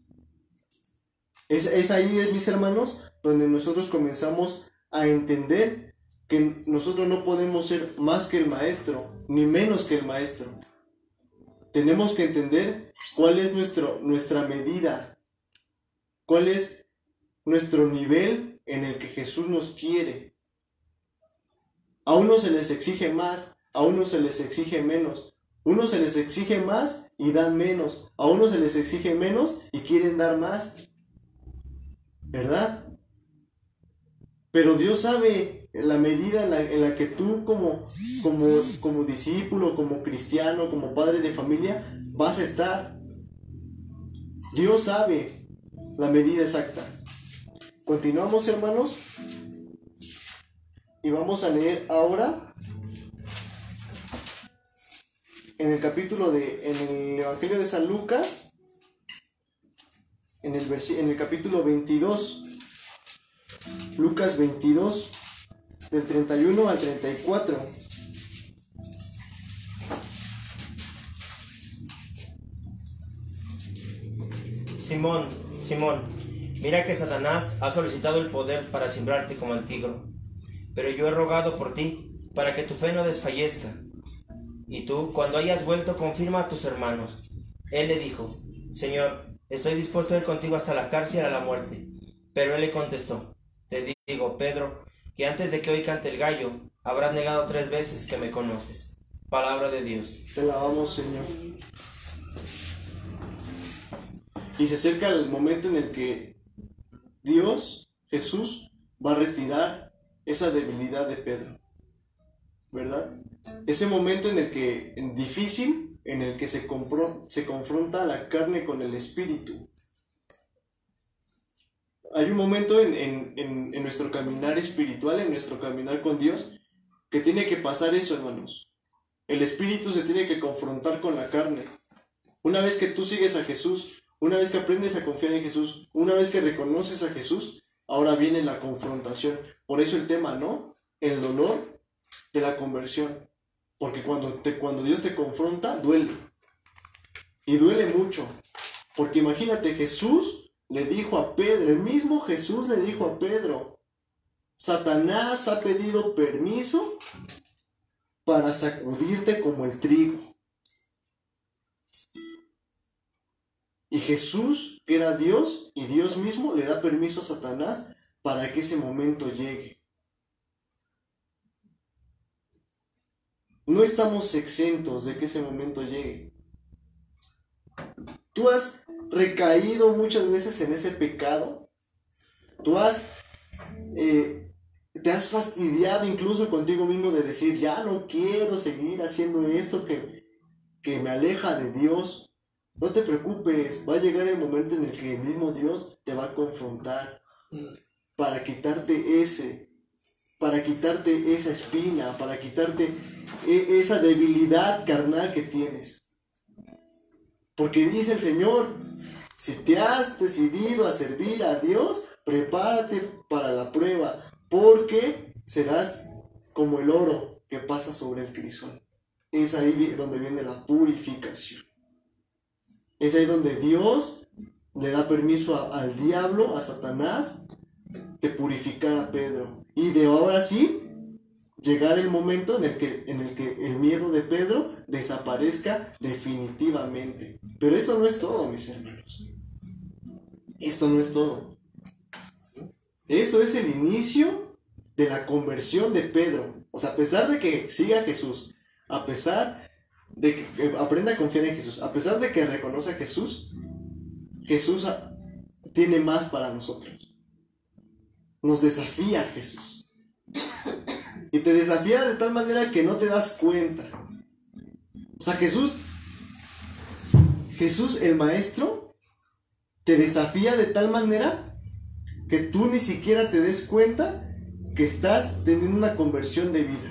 Es ahí, mis hermanos, donde nosotros comenzamos a entender que nosotros no podemos ser más que el maestro, ni menos que el maestro. Tenemos que entender cuál es nuestra medida, cuál es nuestro nivel en el que Jesús nos quiere. A unos se les exige más, a unos se les exige menos. Unos se les exige más y dan menos. A unos se les exige menos y quieren dar más. ¿Verdad? Pero Dios sabe la medida en la que tú como discípulo, como cristiano, como padre de familia, vas a estar. Dios sabe la medida exacta. Continuamos, hermanos, y vamos a leer ahora en el Evangelio de San Lucas, en el capítulo 22, Lucas 22, del 31 al 34. Simón, Simón, mira que Satanás ha solicitado el poder para sembrarte como al tigre, pero yo he rogado por ti, para que tu fe no desfallezca. Y tú, cuando hayas vuelto, confirma a tus hermanos. Él le dijo: Señor, estoy dispuesto a ir contigo hasta la cárcel, a la muerte. Pero él le contestó: te digo, Pedro, que antes de que hoy cante el gallo, habrás negado 3 veces que me conoces. Palabra de Dios. Te alabamos, Señor. Y se acerca el momento en el que Dios, Jesús, va a retirar esa debilidad de Pedro, ¿verdad? Ese momento difícil, en el que se confronta la carne con el espíritu. Hay un momento en nuestro caminar espiritual, en nuestro caminar con Dios, que tiene que pasar eso, hermanos. El espíritu se tiene que confrontar con la carne. Una vez que tú sigues a Jesús, una vez que aprendes a confiar en Jesús, una vez que reconoces a Jesús, ahora viene la confrontación. Por eso el tema, ¿no? El dolor de la conversión. Porque cuando Dios te confronta, duele. Y duele mucho. Porque imagínate, Jesús le dijo a Pedro, el mismo Jesús le dijo a Pedro, Satanás ha pedido permiso para sacudirte como el trigo. Y Jesús, que era Dios y Dios mismo, le da permiso a Satanás para que ese momento llegue. No estamos exentos de que ese momento llegue. Tú has recaído muchas veces en ese pecado. Tú te has fastidiado incluso contigo mismo de decir, ya no quiero seguir haciendo esto que me aleja de Dios. No te preocupes, va a llegar el momento en el que el mismo Dios te va a confrontar para quitarte esa espina, para quitarte esa debilidad carnal que tienes. Porque dice el Señor, si te has decidido a servir a Dios, prepárate para la prueba, porque serás como el oro que pasa sobre el crisol. Es ahí donde viene la purificación. Es ahí donde Dios le da permiso al diablo, a Satanás, de purificar a Pedro. Y de ahora sí, llegar el momento en el que el miedo de Pedro desaparezca definitivamente. Pero esto no es todo, mis hermanos. Esto no es todo. Eso es el inicio de la conversión de Pedro. O sea, a pesar de que siga a Jesús, a pesar de que aprenda a confiar en Jesús, a pesar de que reconoce a Jesús, Jesús tiene más para nosotros. Nos desafía Jesús. Y te desafía de tal manera que no te das cuenta. O sea, Jesús el Maestro, te desafía de tal manera que tú ni siquiera te des cuenta que estás teniendo una conversión de vida.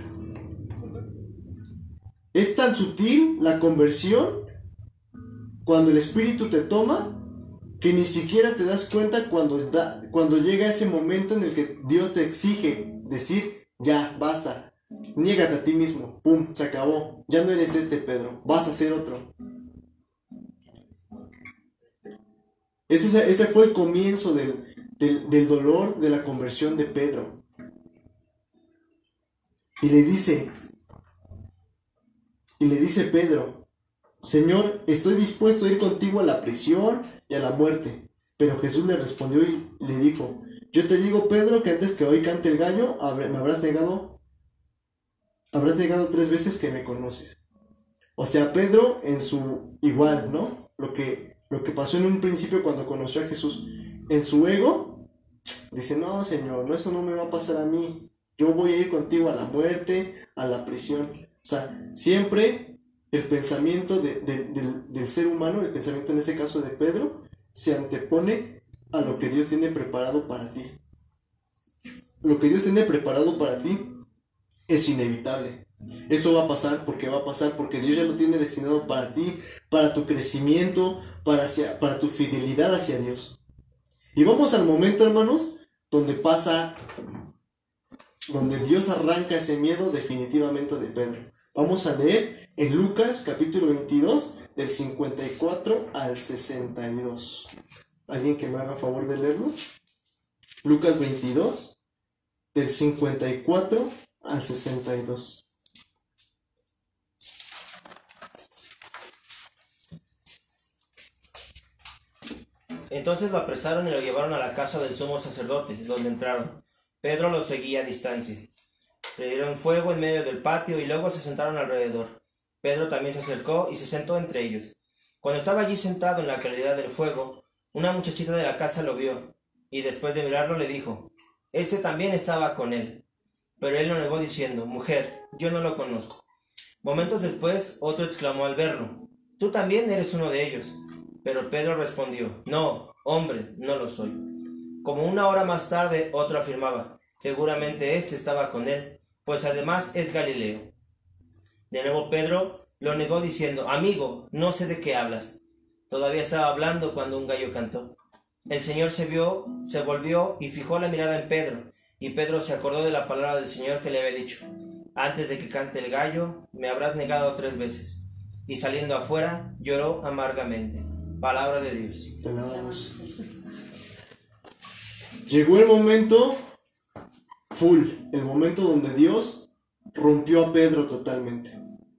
Es tan sutil la conversión cuando el Espíritu te toma que ni siquiera te das cuenta cuando llega ese momento en el que Dios te exige decir, ya, basta, niégate a ti mismo, pum, se acabó, ya no eres Pedro, vas a ser otro. Este fue el comienzo del dolor de la conversión de Pedro. Y le dice Pedro, Señor, estoy dispuesto a ir contigo a la prisión y a la muerte. Pero Jesús le respondió y le dijo, yo te digo, Pedro, que antes que hoy cante el gallo, me habrás negado 3 veces que me conoces. O sea, Pedro en su igual, ¿no? Lo que pasó en un principio cuando conoció a Jesús, en su ego, dice, no, Señor, eso no me va a pasar a mí. Yo voy a ir contigo a la muerte, a la prisión. O sea, siempre el pensamiento del ser humano, el pensamiento en este caso de Pedro, se antepone a lo que Dios tiene preparado para ti. Lo que Dios tiene preparado para ti es inevitable. Eso va a pasar porque Dios ya lo tiene destinado para ti, para tu crecimiento, para tu fidelidad hacia Dios. Y vamos al momento, hermanos, donde Dios arranca ese miedo definitivamente de Pedro. Vamos a leer en Lucas capítulo 22, del 54 al 62. ¿Alguien que me haga favor de leerlo? Lucas 22, del 54 al 62. Entonces lo apresaron y lo llevaron a la casa del sumo sacerdote, donde entraron. Pedro los seguía a distancia. Prendieron fuego en medio del patio y luego se sentaron alrededor. Pedro también se acercó y se sentó entre ellos. Cuando estaba allí sentado en la claridad del fuego, una muchachita de la casa lo vio, y después de mirarlo le dijo, «Este también estaba con él». Pero él lo negó diciendo, «Mujer, yo no lo conozco». Momentos después, otro exclamó al verlo, «Tú también eres uno de ellos». Pero Pedro respondió, «No, hombre, no lo soy». Como 1 hora más tarde, otro afirmaba, «Seguramente este estaba con él, pues además es Galileo». De nuevo Pedro lo negó diciendo, «Amigo, no sé de qué hablas». Todavía estaba hablando cuando un gallo cantó. El Señor se volvió y fijó la mirada en Pedro, y Pedro se acordó de la palabra del Señor que le había dicho, Antes de que cante el gallo, me habrás negado 3 veces. Y saliendo afuera, lloró amargamente. Palabra de Dios. Te alabamos. Llegó el momento el momento donde Dios rompió a Pedro totalmente.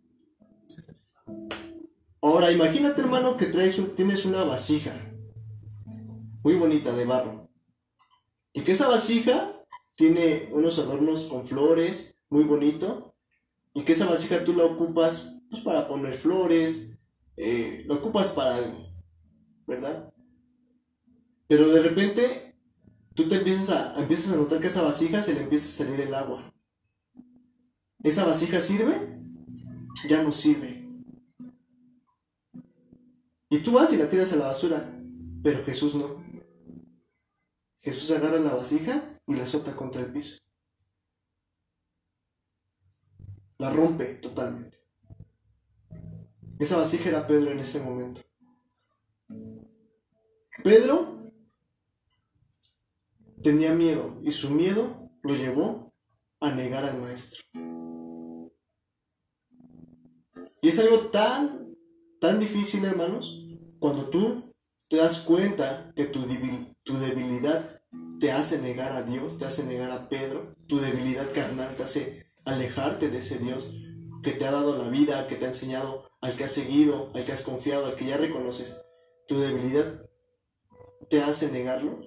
Ahora imagínate, hermano, que tienes una vasija muy bonita de barro, y que esa vasija tiene unos adornos con flores, muy bonito, y que esa vasija tú la ocupas pues para poner flores, la ocupas para algo, ¿verdad? Pero de repente tú te empiezas a notar que a esa vasija se le empieza a salir el agua. ¿Esa vasija sirve? Ya no sirve. Y tú vas y la tiras a la basura, pero Jesús no. Jesús agarra la vasija y la azota contra el piso. La rompe totalmente. Esa vasija era Pedro en ese momento. Pedro tenía miedo, y su miedo lo llevó a negar al maestro. Y es algo tan difícil, hermanos, cuando tú te das cuenta que tu debilidad te hace negar a Dios, te hace negar a Pedro. Tu debilidad carnal te hace alejarte de ese Dios que te ha dado la vida, que te ha enseñado, al que has seguido, al que has confiado, al que ya reconoces. Tu debilidad te hace negarlo.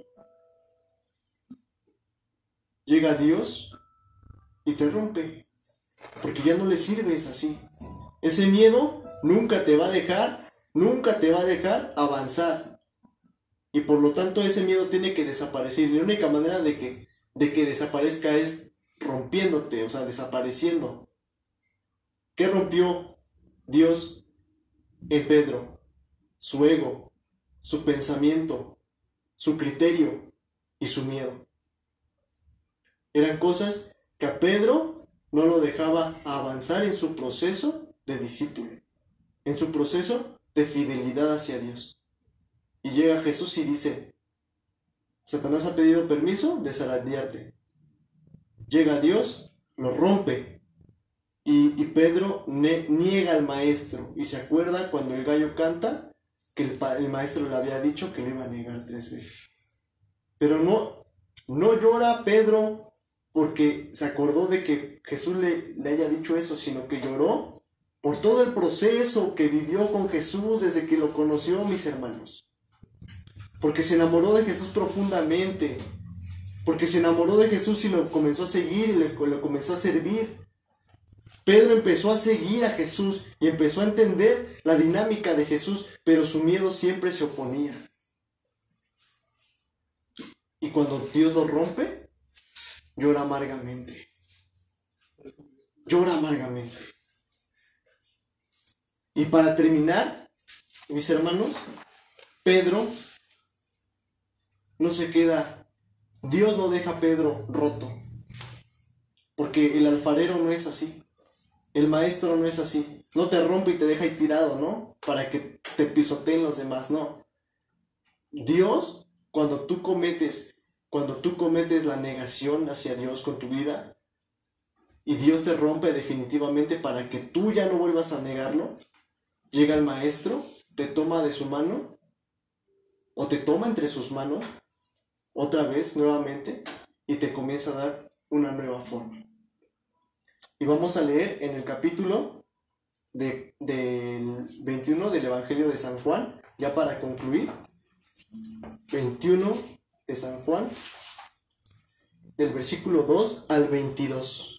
Llega Dios y te rompe, porque ya no le sirves así. Ese miedo nunca te va a dejar avanzar. Y por lo tanto ese miedo tiene que desaparecer. Y la única manera de que desaparezca es rompiéndote, o sea, desapareciendo. ¿Qué rompió Dios en Pedro? Su ego, su pensamiento, su criterio y su miedo. Eran cosas que a Pedro no lo dejaba avanzar en su proceso de discípulo, en su proceso de fidelidad hacia Dios. Y llega Jesús y dice: Satanás ha pedido permiso de zarandearte. Llega Dios, lo rompe, y Pedro niega al maestro, y se acuerda cuando el gallo canta que el maestro le había dicho que le iba a negar 3 veces. Pero no llora Pedro porque se acordó de que Jesús le haya dicho eso, sino que lloró por todo el proceso que vivió con Jesús desde que lo conoció, mis hermanos. Porque se enamoró de Jesús profundamente, porque se enamoró de Jesús y lo comenzó a seguir y lo comenzó a servir. Pedro empezó a seguir a Jesús y empezó a entender la dinámica de Jesús, pero su miedo siempre se oponía. Y cuando Dios lo rompe, llora amargamente. Llora amargamente. Y para terminar, mis hermanos, Pedro no se queda, Dios no deja a Pedro roto, porque el alfarero no es así, el maestro no es así, no te rompe y te deja ahí tirado, ¿no? Para que te pisoteen los demás, no. Dios, cuando tú cometes la negación hacia Dios con tu vida, y Dios te rompe definitivamente para que tú ya no vuelvas a negarlo, llega el maestro, te toma de su mano, o te toma entre sus manos, otra vez, nuevamente, y te comienza a dar una nueva forma. Y vamos a leer en el capítulo del 21 del Evangelio de San Juan, ya para concluir, 21 de San Juan, del versículo 2 al 22.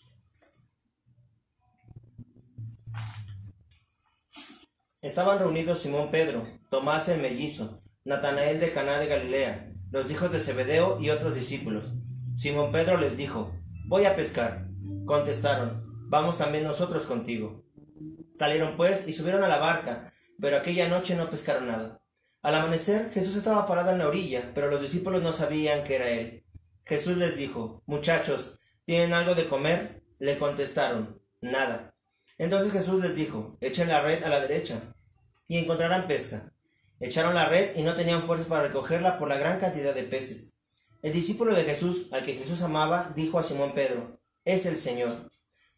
Estaban reunidos Simón Pedro, Tomás el mellizo, Natanael de Caná de Galilea, los hijos de Zebedeo y otros discípulos. Simón Pedro les dijo: «Voy a pescar». Contestaron: «Vamos también nosotros contigo». Salieron pues y subieron a la barca, pero aquella noche no pescaron nada. Al amanecer Jesús estaba parado en la orilla, pero los discípulos no sabían que era él. Jesús les dijo: «Muchachos, ¿tienen algo de comer?». Le contestaron: «Nada». Entonces Jesús les dijo: «Echen la red a la derecha y encontrarán pesca». Echaron la red y no tenían fuerzas para recogerla por la gran cantidad de peces. El discípulo de Jesús, al que Jesús amaba, dijo a Simón Pedro: «Es el Señor».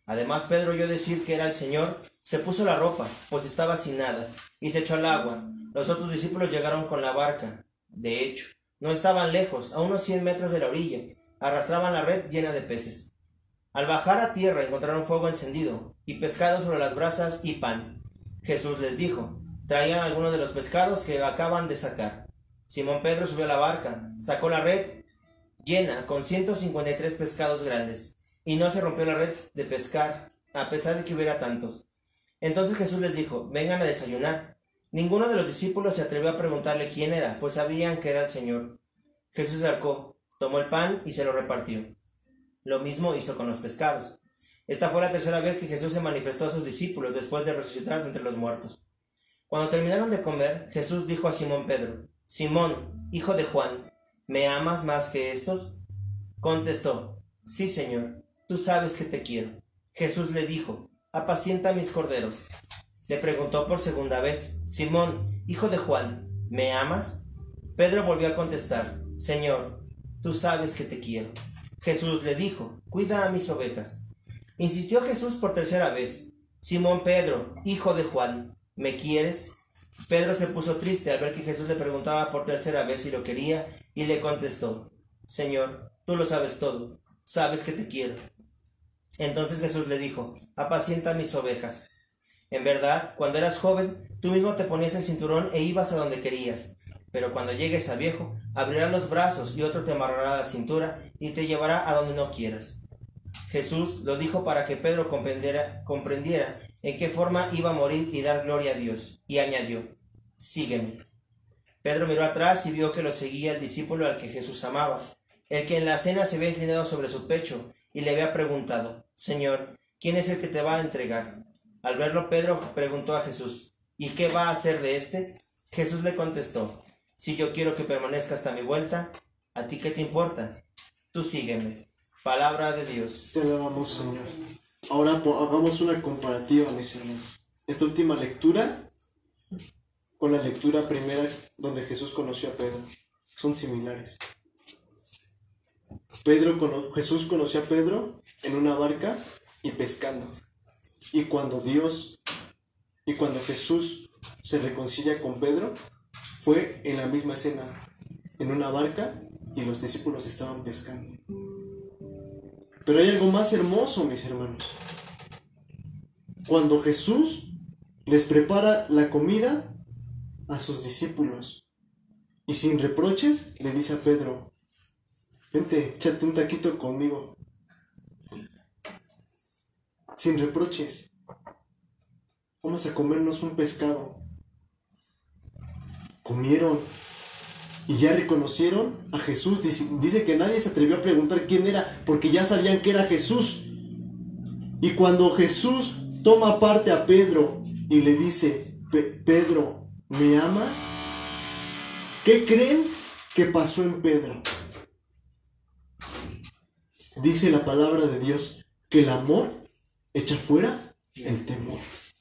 Además, Pedro oyó decir que era el Señor, se puso la ropa, pues estaba sin nada, y se echó al agua. Los otros discípulos llegaron con la barca. De hecho, no estaban lejos, a unos 100 metros de la orilla. Arrastraban la red llena de peces. Al bajar a tierra encontraron fuego encendido, y pescado sobre las brasas y pan. Jesús les dijo: traigan algunos de los pescados que acaban de sacar. Simón Pedro subió a la barca, sacó la red llena con 153 pescados grandes, y no se rompió la red de pescar, a pesar de que hubiera tantos. Entonces Jesús les dijo: vengan a desayunar. Ninguno de los discípulos se atrevió a preguntarle quién era, pues sabían que era el Señor. Jesús se acercó, tomó el pan y se lo repartió. Lo mismo hizo con los pescados. Esta fue la tercera vez que Jesús se manifestó a sus discípulos después de resucitar de entre los muertos. Cuando terminaron de comer, Jesús dijo a Simón Pedro: Simón, hijo de Juan, ¿me amas más que estos? Contestó: sí, Señor, tú sabes que te quiero. Jesús le dijo: apacienta mis corderos. Le preguntó por segunda vez: Simón, hijo de Juan, ¿me amas? Pedro volvió a contestar: Señor, tú sabes que te quiero. Jesús le dijo: cuida a mis ovejas. Insistió Jesús por tercera vez: Simón Pedro, hijo de Juan, ¿me quieres? Pedro se puso triste al ver que Jesús le preguntaba por tercera vez si lo quería, y le contestó: Señor, tú lo sabes todo, sabes que te quiero. Entonces Jesús le dijo: apacienta mis ovejas. En verdad, cuando eras joven, tú mismo te ponías el cinturón e ibas a donde querías. Pero cuando llegues a viejo, abrirás los brazos y otro te amarrará la cintura y te llevará a donde no quieras. Jesús lo dijo para que Pedro comprendiera en qué forma iba a morir y dar gloria a Dios, y añadió: sígueme. Pedro miró atrás y vio que lo seguía el discípulo al que Jesús amaba, el que en la cena se había inclinado sobre su pecho y le había preguntado: Señor, ¿quién es el que te va a entregar? Al verlo, Pedro preguntó a Jesús: ¿y qué va a hacer de éste? Jesús le contestó: si yo quiero que permanezca hasta mi vuelta, ¿a ti qué te importa? Tú sígueme. Palabra de Dios. Te alabamos, Señor. Ahora hagamos una comparativa, mis hermanos. Esta última lectura con la lectura primera donde Jesús conoció a Pedro son similares. Jesús conoció a Pedro en una barca y pescando. Y cuando Jesús se reconcilia con Pedro, fue en la misma escena, en una barca, y los discípulos estaban pescando. Pero hay algo más hermoso, mis hermanos. Cuando Jesús les prepara la comida a sus discípulos, y sin reproches le dice a Pedro: vente, échate un taquito conmigo. Sin reproches. Vamos a comernos un pescado. Comieron y ya reconocieron a Jesús. Dice que nadie se atrevió a preguntar quién era, porque ya sabían que era Jesús. Y cuando Jesús toma parte a Pedro y le dice: Pedro, ¿me amas? ¿Qué creen que pasó en Pedro? Dice la palabra de Dios que el amor echa fuera el temor.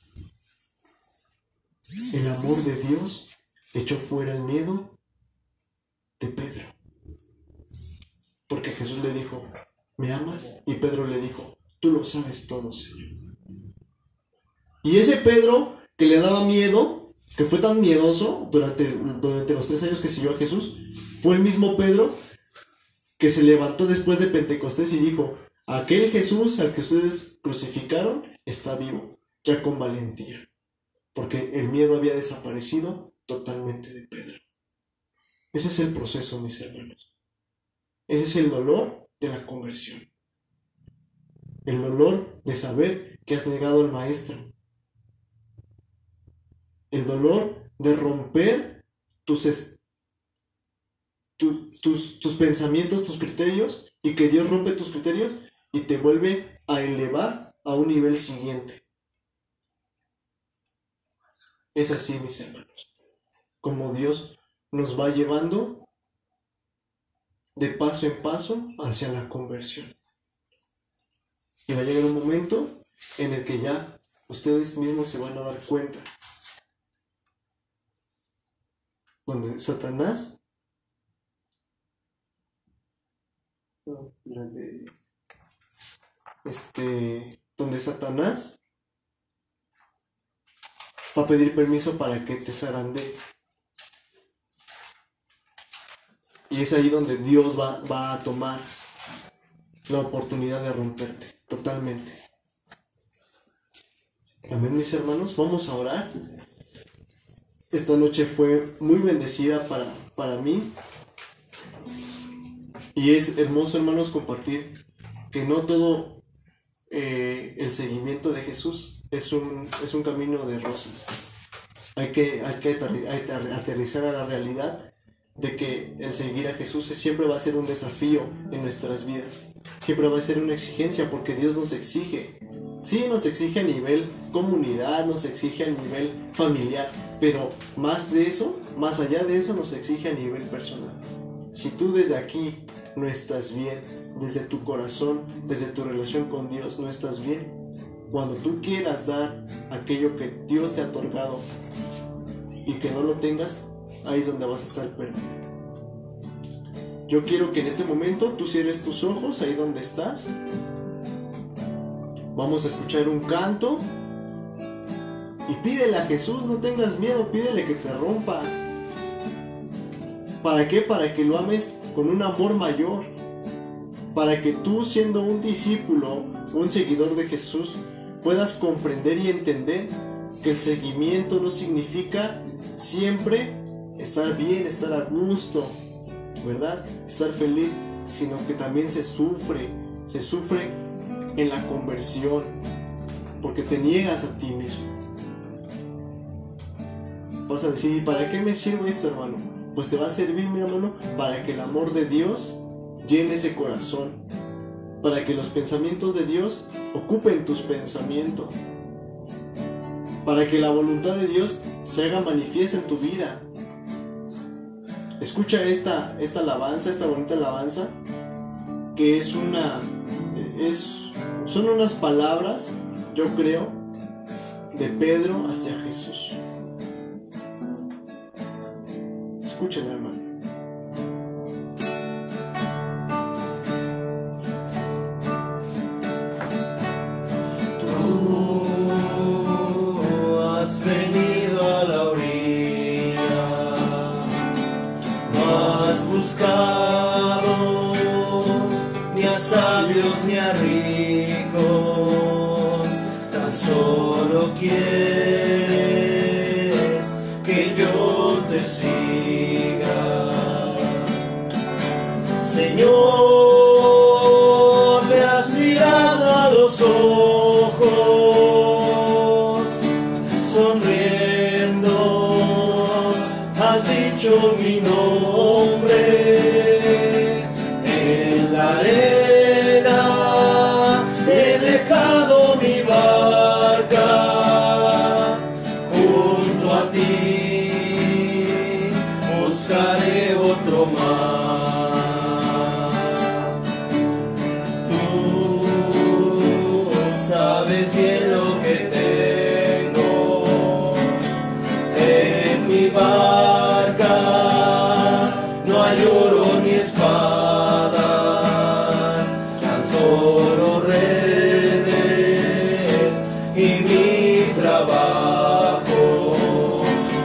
El amor de Dios echó fuera el miedo de Pedro. Porque Jesús le dijo: ¿me amas? Y Pedro le dijo: tú lo sabes todo, Señor. Y ese Pedro que le daba miedo, que fue tan miedoso durante los 3 años que siguió a Jesús, fue el mismo Pedro que se levantó después de Pentecostés y dijo: aquel Jesús al que ustedes crucificaron está vivo, ya con valentía. Porque el miedo había desaparecido totalmente de Pedro. Ese es el proceso, mis hermanos. Ese es el dolor de la conversión. El dolor de saber que has negado al Maestro. El dolor de romper tus pensamientos, tus criterios, y que Dios rompe tus criterios y te vuelve a elevar a un nivel siguiente. Es así, mis hermanos, como Dios nos va llevando de paso en paso hacia la conversión. Y va a llegar un momento en el que ya ustedes mismos se van a dar cuenta, donde Satanás donde donde Satanás va a pedir permiso para que te zarandee. Y es ahí donde Dios va a tomar la oportunidad de romperte totalmente. Amén, mis hermanos, vamos a orar. Esta noche fue muy bendecida para mí. Y es hermoso, hermanos, compartir que no todo el seguimiento de Jesús es un camino de rosas. Hay que aterrizar a la realidad de que el seguir a Jesús siempre va a ser un desafío en nuestras vidas. Siempre va a ser una exigencia porque Dios nos exige. Sí, nos exige a nivel comunidad, nos exige a nivel familiar, pero más allá de eso, nos exige a nivel personal. Si tú desde aquí no estás bien, desde tu corazón, desde tu relación con Dios no estás bien, cuando tú quieras dar aquello que Dios te ha otorgado y que no lo tengas, ahí es donde vas a estar perdido. Yo quiero que en este momento tú cierres tus ojos ahí donde estás. Vamos a escuchar un canto y pídele a Jesús, no tengas miedo, pídele que te rompa. ¿Para qué? Para que lo ames con un amor mayor. Para que tú, siendo un discípulo, un seguidor de Jesús, puedas comprender y entender que el seguimiento no significa siempre estar bien, estar a gusto, ¿verdad? Estar feliz, sino que también se sufre en la conversión, porque te niegas a ti mismo. Vas a decir, ¿y para qué me sirve esto, hermano? Pues te va a servir, mi hermano, para que el amor de Dios llene ese corazón, para que los pensamientos de Dios ocupen tus pensamientos, para que la voluntad de Dios se haga manifiesta en tu vida. Escucha esta alabanza, esta bonita alabanza, que son unas palabras, yo creo, de Pedro hacia Jesús. Escúchenla, hermano. Tú has venido a la orilla, no has buscado ni a sabios ni a ricos, tan solo quieres que yo te siga. Señor, me has mirado a los ojos, sonriendo, has dicho mi nombre. En la arena he dejado mi barca, junto a ti buscaré otro mar. Sabes bien lo que tengo en mi barca, no hay oro ni espada, tan solo redes y mi trabajo.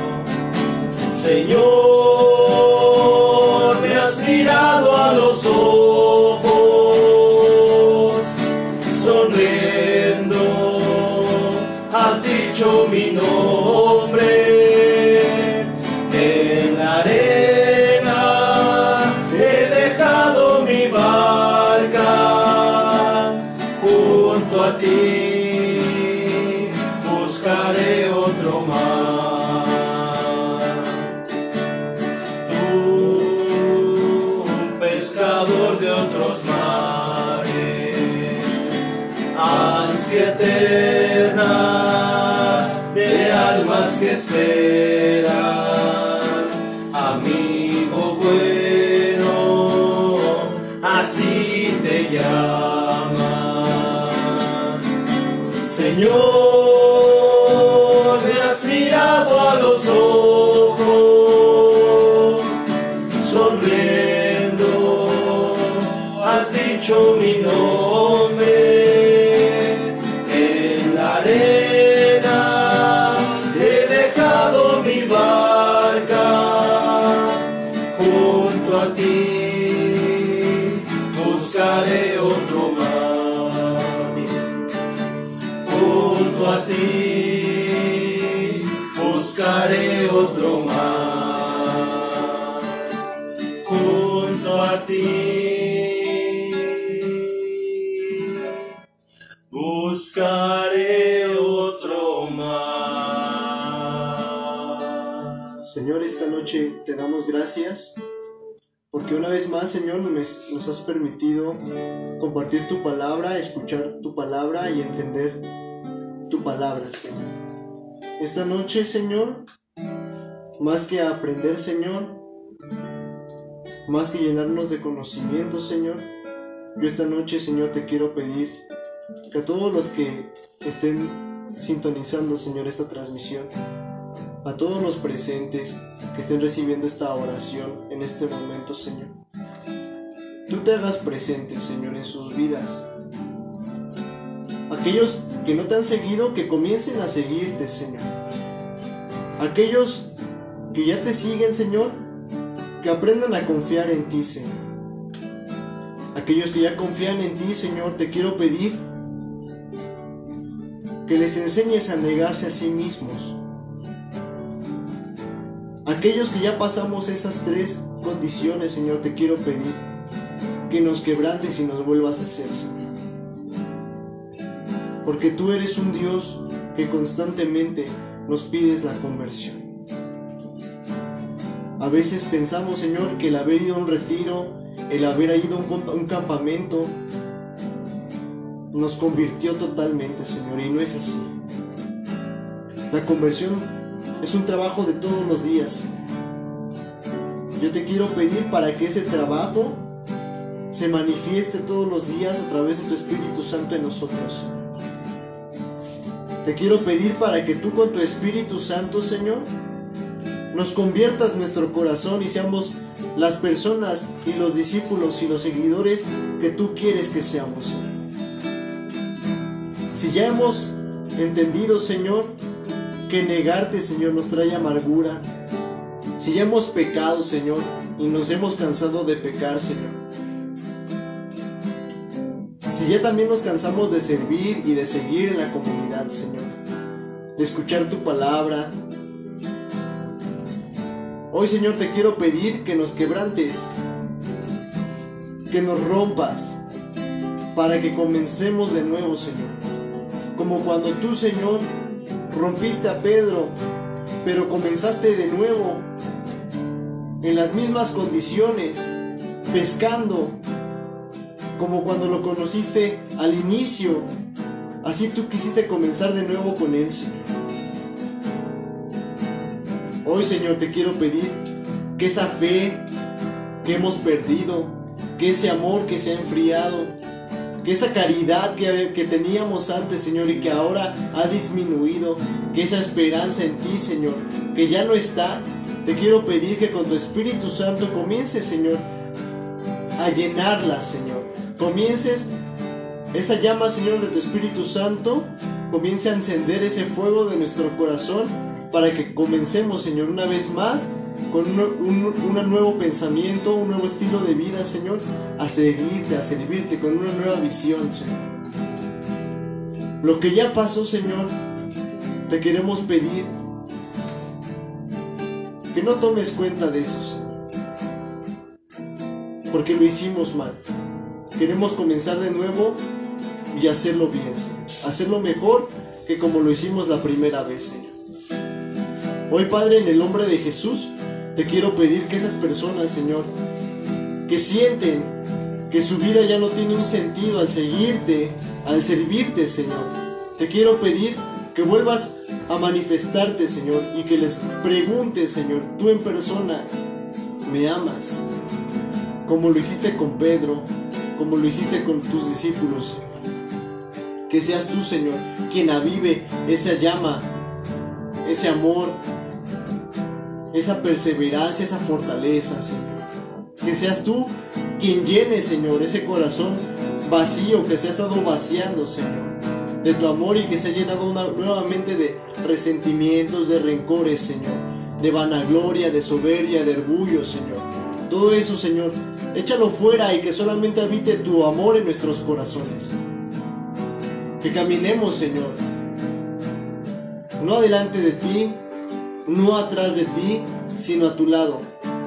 Señor, me has mirado a los ojos, sonriendo, has dicho mi nombre. En la arena he dejado mi barca, junto a ti buscaré otro mar. Tú, pescador de otros mares, ansia eterna de almas que esperan, amigo bueno, así te llaman. Señor, me has mirado a los ojos, sonriendo, has dicho mi nombre. junto a ti buscaré otro mar, junto a ti buscaré otro mar, junto a ti buscaré otro mar. Señor, esta noche te damos gracias porque una vez más, Señor, nos has permitido compartir tu palabra, escuchar tu palabra y entender tu palabra, Señor. Esta noche, Señor, más que aprender, Señor, más que llenarnos de conocimiento, Señor, yo esta noche, Señor, te quiero pedir que a todos los que estén sintonizando, Señor, esta transmisión, a todos los presentes que estén recibiendo esta oración en este momento, Señor, tú te hagas presente, Señor, en sus vidas. Aquellos que no te han seguido, que comiencen a seguirte, Señor. Aquellos que ya te siguen, Señor, que aprendan a confiar en ti, Señor. Aquellos que ya confían en ti, Señor, te quiero pedir que les enseñes a negarse a sí mismos. Aquellos que ya pasamos esas 3 condiciones, Señor, te quiero pedir que nos quebrantes y nos vuelvas a hacer, Señor. Porque tú eres un Dios que constantemente nos pides la conversión. A veces pensamos, Señor, que el haber ido a un retiro, el haber ido a un campamento, nos convirtió totalmente, Señor, y no es así. La conversión es un trabajo de todos los días. Yo te quiero pedir para que ese trabajo se manifieste todos los días a través de tu Espíritu Santo en nosotros, Señor. Te quiero pedir para que tú con tu Espíritu Santo, Señor, nos conviertas nuestro corazón y seamos las personas y los discípulos y los seguidores que tú quieres que seamos, Señor. Si ya hemos entendido, Señor, que negarte, Señor, nos trae amargura, si ya hemos pecado, Señor, y nos hemos cansado de pecar, Señor, si ya también nos cansamos de servir y de seguir en la comunidad, Señor, de escuchar tu palabra, hoy, Señor, te quiero pedir que nos quebrantes, que nos rompas, para que comencemos de nuevo, Señor. Como cuando tú, Señor, rompiste a Pedro, pero comenzaste de nuevo, en las mismas condiciones, pescando, como cuando lo conociste al inicio. Así tú quisiste comenzar de nuevo con él, Señor. Hoy, Señor, te quiero pedir que esa fe que hemos perdido, que ese amor que se ha enfriado, que esa caridad que teníamos antes, Señor, y que ahora ha disminuido, que esa esperanza en ti, Señor, que ya no está, te quiero pedir que con tu Espíritu Santo comiences, Señor, a llenarla, Señor. Comiences esa llama, Señor, de tu Espíritu Santo, comience a encender ese fuego de nuestro corazón para que comencemos, Señor, una vez más con un nuevo pensamiento, un nuevo estilo de vida, Señor, a seguirte, a servirte con una nueva visión, Señor. Lo que ya pasó, Señor, te queremos pedir que no tomes cuenta de eso, Señor, porque lo hicimos mal. Queremos comenzar de nuevo y hacerlo bien, Señor, hacerlo mejor que como lo hicimos la primera vez, Señor. Hoy, Padre, en el nombre de Jesús, te quiero pedir que esas personas, Señor, que sienten que su vida ya no tiene un sentido al seguirte, al servirte, Señor, te quiero pedir que vuelvas a manifestarte, Señor, y que les preguntes, Señor, tú en persona, ¿me amas? Como lo hiciste con Pedro, como lo hiciste con tus discípulos. Que seas tú, Señor, quien avive esa llama, ese amor, esa perseverancia, esa fortaleza, Señor. Que seas tú quien llene, Señor, ese corazón vacío que se ha estado vaciando, Señor, de tu amor, y que se ha llenado nuevamente de resentimientos, de rencores, Señor, de vanagloria, de soberbia, de orgullo, Señor. Todo eso, Señor, échalo fuera y que solamente habite tu amor en nuestros corazones. Que caminemos, Señor, no adelante de ti, no atrás de ti, sino a tu lado.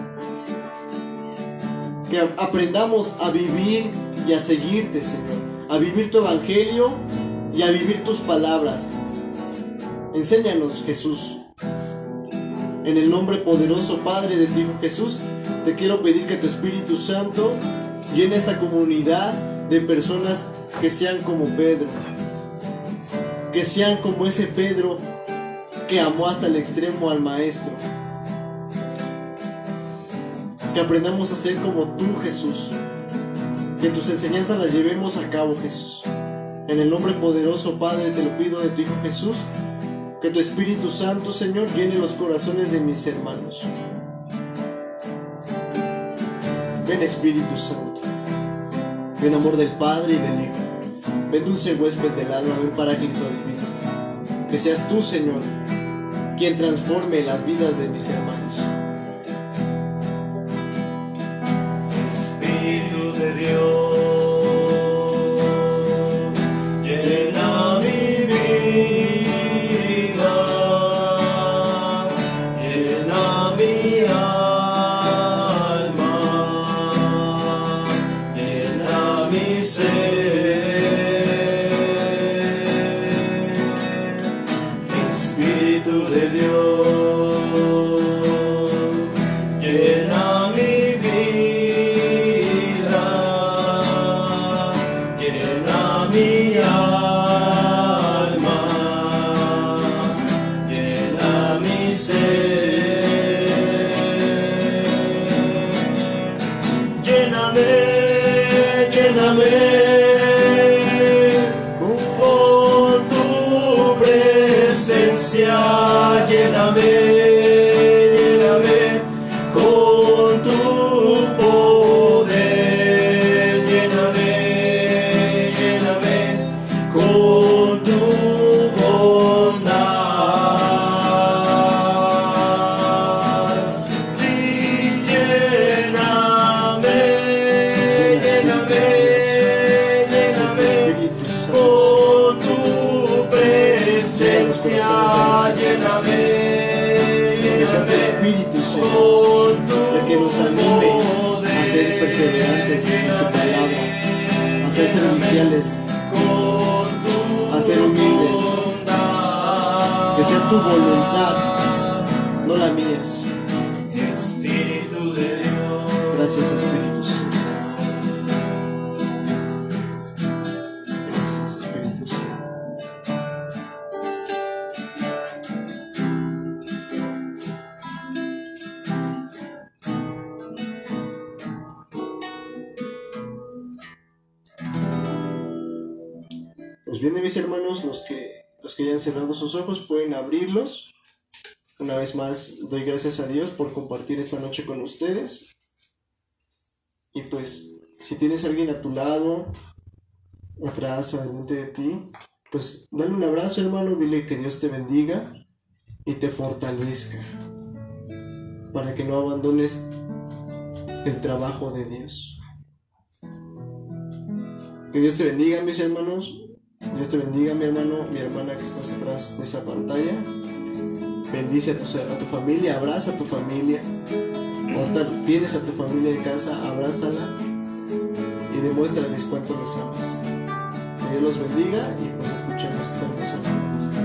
Que aprendamos a vivir y a seguirte, Señor, a vivir tu evangelio y a vivir tus palabras. Enséñanos, Jesús. En el nombre poderoso, Padre, de tu Hijo Jesús, te quiero pedir que tu Espíritu Santo llene esta comunidad de personas que sean como Pedro, que sean como ese Pedro que amó hasta el extremo al Maestro. Que aprendamos a ser como tú, Jesús. Que tus enseñanzas las llevemos a cabo, Jesús. En el nombre poderoso, Padre, te lo pido de tu Hijo Jesús. Que tu Espíritu Santo, Señor, llene los corazones de mis hermanos. Ven, Espíritu Santo. Ven, amor del Padre y del Hijo. Ven, dulce huésped del alma. Ven, Paráclito divino. Que seas tú, Señor, quien transforme las vidas de mis hermanos. Espíritu de Dios, llena mi vida, llena mi alma, llena mi ser. Espíritu de Dios, llena mi vida, llena mi alma, llena mi ser. Lléname, lléname con tu presencia, lléname, lléname con tu poder, lléname, lléname con tu bondad. Sí, lléname, lléname, lléname con tu presencia, lléname, Que sea tu Espíritu, Señor, el que nos anime a ser perseverantes en tu palabra, a ser serviciales, a ser humildes. Que sea tu voluntad, no la mía. Espíritu de Dios. Gracias, Espíritu Santo. Gracias, Espíritu Santo. Pues bien, mis hermanos, los que hayan cerrado sus ojos pueden abrirlos. Una vez más, doy gracias a Dios por compartir esta noche con ustedes. Y pues, si tienes a alguien a tu lado, atrás, adelante de ti, pues dale un abrazo, hermano, dile que Dios te bendiga y te fortalezca para que no abandones el trabajo de Dios. Que Dios te bendiga, mis hermanos. Dios te bendiga, mi hermano, mi hermana que estás atrás de esa pantalla. Bendice a tu familia, abraza a tu familia. Ahorita tienes a tu familia en casa, abrázala y demuéstrales cuánto los amas. Que Dios los bendiga y pues escuchemos esta hermosa alabanza.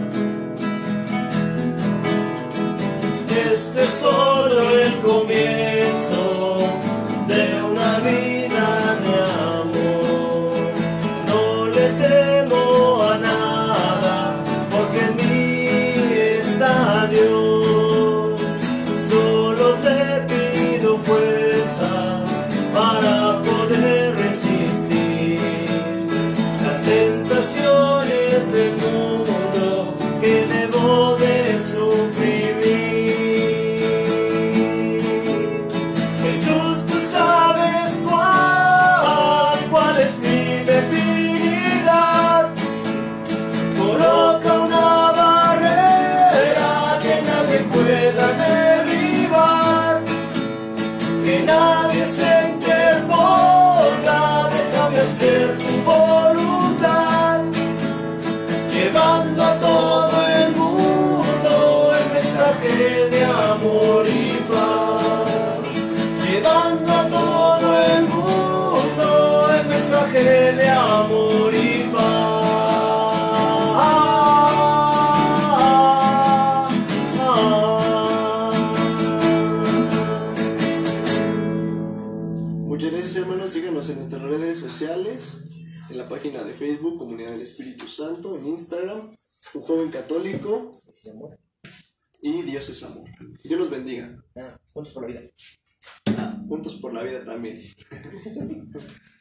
Este es solo el comienzo de una vida de amor. No le temo a nada, porque en mí está Dios. Solo te pido fuerza para poder resistir las tentaciones del mundo que debo de suprimir. Jesús, tú sabes cuál Gracias, hermanos. Síganos en nuestras redes sociales, en la página de Facebook, Comunidad del Espíritu Santo, en Instagram, Un Joven Católico y Dios es Amor. Dios los bendiga. Juntos por la vida. Juntos por la vida también.